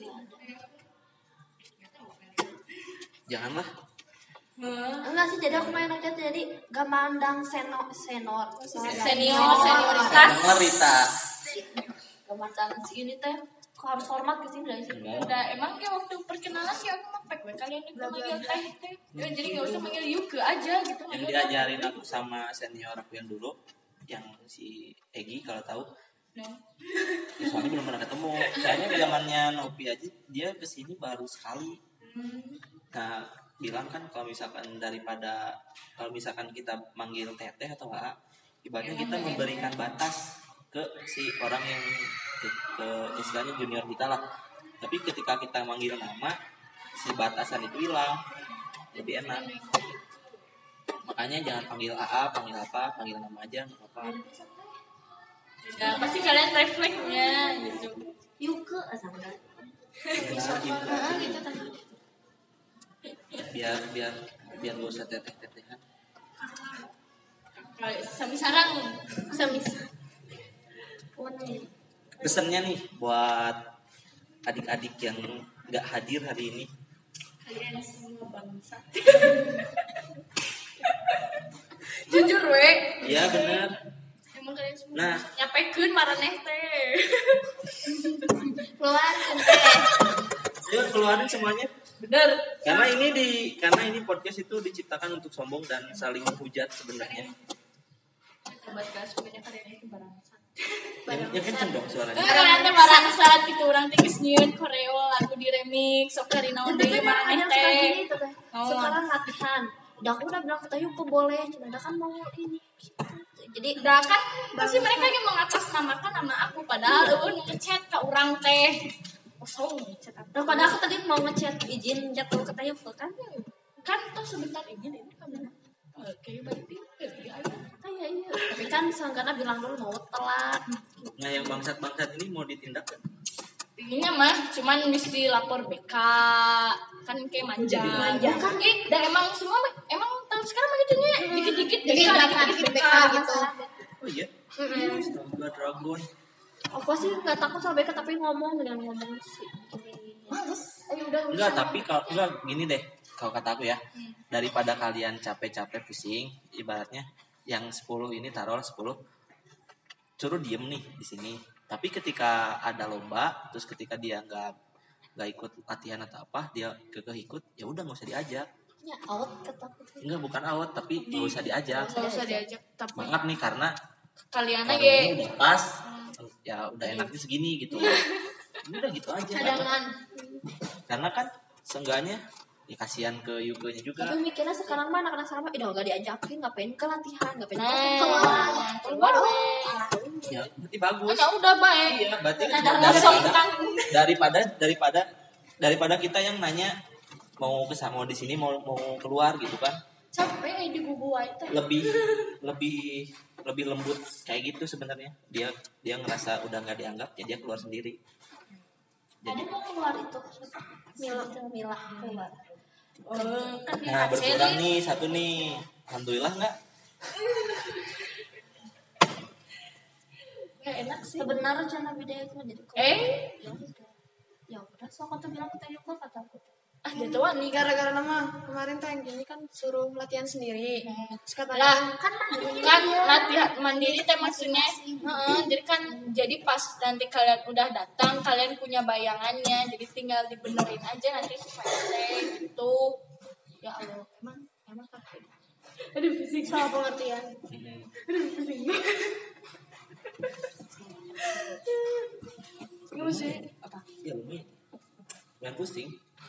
Janganlah. Enggak sih, jadi aku main aja jadi gak mandang senioritas. Dengar Rita. Gak mandang si ini teh harus hormat ke sini dari sini. Udah emang ya waktu perkenalan ya aku mepek we kalian itu manggil teh. Ya, jadi nggak usah manggil Yuke aja gitu. Yang diajarin aku sama senior aku yang dulu, yang si Egi kalau tahu. No. Ya, soalnya belum pernah ketemu. Kayaknya zamannya Nopi aja dia kesini baru sekali. Nah, bilang kan kalau misalkan kita manggil teteh atau enggak, ibaratnya kita memberikan batas ke si orang yang ke istilahnya junior kita lah. Tapi ketika kita manggil nama, si batasan itu hilang, lebih enak. Makanya jangan panggil AA, panggil apa, panggil nama aja nggak apa-apa. Nah, pasti kalian refleksnya gitu. Yuke sama Ya, gitu. Biar gak usah teteh-tetehan. Sami sarang. Pesannya nih buat adik-adik yang nggak hadir hari ini. Kalian semua bangsa. Jujur we. Iya benar. Emang kalian semua Nah. nyapekeun maraneh teh. keluarin teh. Ayo keluarin semuanya. Bener. Karena ini podcast itu diciptakan untuk sombong dan saling menghujat sebenarnya. Sobat kelas punya kalian itu barangsat. Yang kenceng dong suaranya. Kalian teh barangsat gitu urang teh geus nyieun koreo lagu di remix sok dari naon deui maraneh teh. sekarang latihan. Udah aku udah bilang ke Yuke boleh, cuma ada kan mau ini. Jadi udah kan pasti mereka yang mengatasnamakan nama aku padahal eueun ngechat ka urang teh. Kosong ngechat aku. Nah, padahal aku tadi mau ngechat izin jatuh ke Yuke kan. Kan tuh sebentar ini kamera. Oke, berarti iya. Iya. Tapi kan sangkana bilang dulu mau telat. Nah yang bangsat-bangsat ini mau ditindak kan? Tingginya mah cuman mesti lapor BK kan kayak manja. Kan dan emang semua emang tahun sekarang mah gitunya dikit-dikit BK dikit-dikit BK gitu. Oh iya? Astaga Dragon. Aku sih nggak takut sama BK tapi ngomong sih. Males. Ayo udah. Enggak, tapi kalau enggak gini deh. Kalau kata aku ya, daripada kalian capek-capek pusing, ibaratnya yang 10 ini taruhlah 10 suruh diem nih di sini. Tapi ketika ada lomba, terus ketika dia nggak ikut latihan atau apa, dia ikut, ya udah nggak usah diajak. Ya out ketakut. Enggak, bukan out, tapi nggak usah diajak. Enggak usah diajak tapi Maaf nih karena kalian kalau aja ini udah pas, ya udah enaknya segini gitu. Udah gitu aja. cadangan. Karena kan seenggaknya ya kasihan ke Yuke-nya juga. Tapi mikirnya sekarang mah anak-anak sama, udah gak diajakin, ngapain ke latihan, ngapain Keluar. Ya berarti bagus. Ya udah baik. Iya, berarti daripada kita yang nanya mau mau di sini mau keluar gitu kan. Capek di gugu itu. Lebih lembut kayak gitu sebenarnya. Dia ngerasa udah nggak dianggap, ya dia keluar sendiri. Jadi mau keluar itu Mila keluar. Kan Nah berkurang nih satu nih. Alhamdulillah nggak? Gak enak sih. Sebenarnya channel video itu jadi ya udah so aku tuh bilang ke Yuke kata aku jatuhan nih Gara-gara nama kemarin teh yang gini kan suruh latihan sendiri. Terus katanya lah kan latihan mandiri teh maksudnya jadi kan jadi pas nanti kalian udah datang kalian punya bayangannya jadi tinggal dibenerin aja nanti supaya teh gitu ya Allah emang pakai aduh fisik salah pengertian. gimana sih apa ya lebih yang pusing.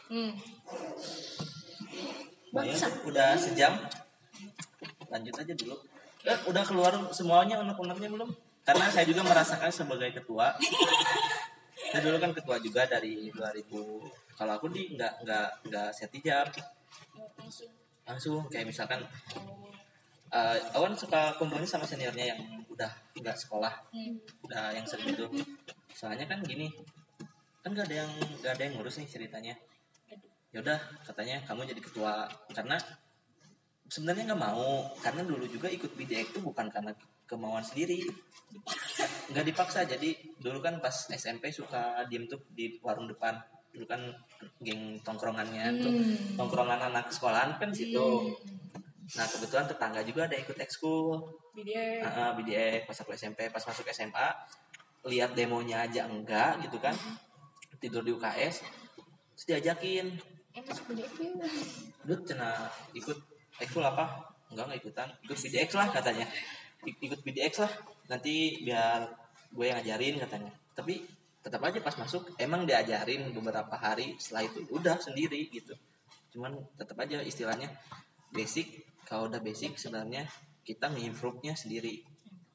Bayang udah sejam, lanjut aja dulu. Udah keluar semuanya unek-uneknya belum? Karena saya juga merasakan sebagai ketua. Saya dulu kan ketua juga dari 2000. Kalau aku nggak set jam, langsung kayak misalkan Awan suka kumpulnya sama seniornya yang udah nggak sekolah, udah yang sering itu. Soalnya kan gini, kan nggak ada yang ngurus nih ceritanya. Ya udah katanya kamu jadi ketua karena sebenarnya nggak mau karena dulu juga ikut BDX itu bukan karena kemauan sendiri nggak dipaksa jadi dulu kan pas SMP suka diem tuh di warung depan dulu kan geng tongkrongannya tuh tongkrongan anak sekolahan kan situ nah kebetulan tetangga juga ada ikut ekskul BDX pas aku SMP pas masuk SMA lihat demonya aja enggak gitu kan tidur di UKS terus diajakin Dut cina ikut ekskul apa? Enggak ikutan. Ikut BDX lah katanya. Ikut BDX lah. Nanti biar gue yang ngajarin katanya. Tapi tetap aja pas masuk emang diajarin beberapa hari setelah itu udah sendiri gitu. Cuman tetap aja istilahnya basic. Kalau udah basic sebenarnya kita nge-improve-nya sendiri.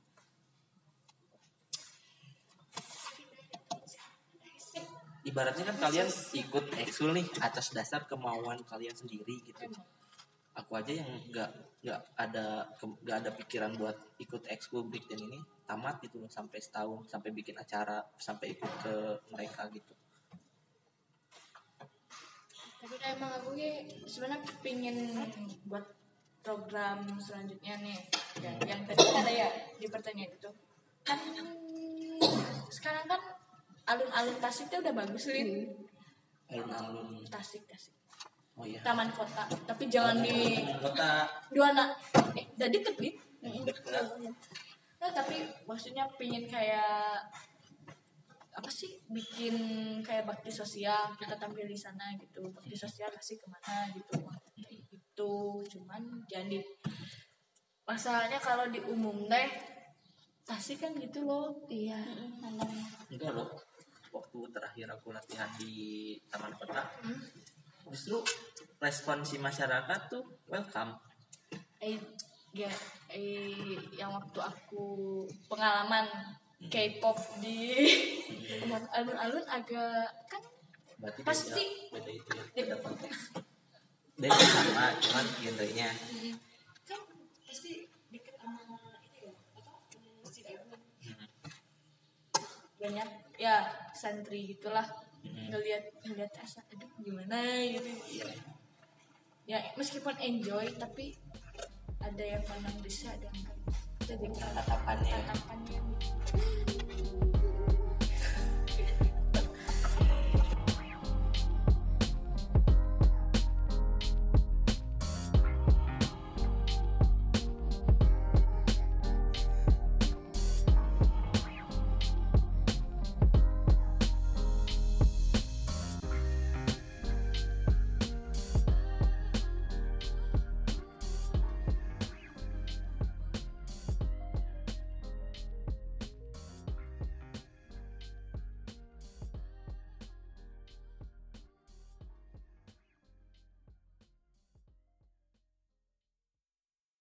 Ibaratnya kan kalian ikut ekskul nih atas dasar kemauan kalian sendiri gitu. Aku aja yang nggak ada pikiran buat ikut ekskul breakdance ini tamat gitu loh sampai setahun sampai bikin acara sampai ikut ke mereka gitu. Tapi emang aku sebenarnya pingin buat program selanjutnya nih yang tadi ada ya di pertanyaan itu kan sekarang kan alun-alun Tasik itu udah bagus Lin. Alun-alun Tasik. Oh iya. Taman kota. Tapi jangan di kota. Duana. Udah deket Lin. Nah, tapi maksudnya pingin kayak apa sih bikin kayak bakti sosial kita tampil di sana gitu. Bakti sosial kasih kemana gitu. Itu cuman jadi masalahnya kalau di umum deh Tasik kan gitu loh. Iya. Enggak loh. Waktu terakhir aku latihan di Taman Kota, justru respon si masyarakat tuh welcome. Yang waktu aku pengalaman K-pop di alun-alun agak kan berarti pasti beda itu ya, beda konteks. Beda sama, cuman genrenya. Kan pasti deket sama ini ya masjid agung. Banyak ya santri gitulah ngelihat asa aduh gimana gitu ya meskipun enjoy tapi ada yang pandang bisa ada yang jadi tatapannya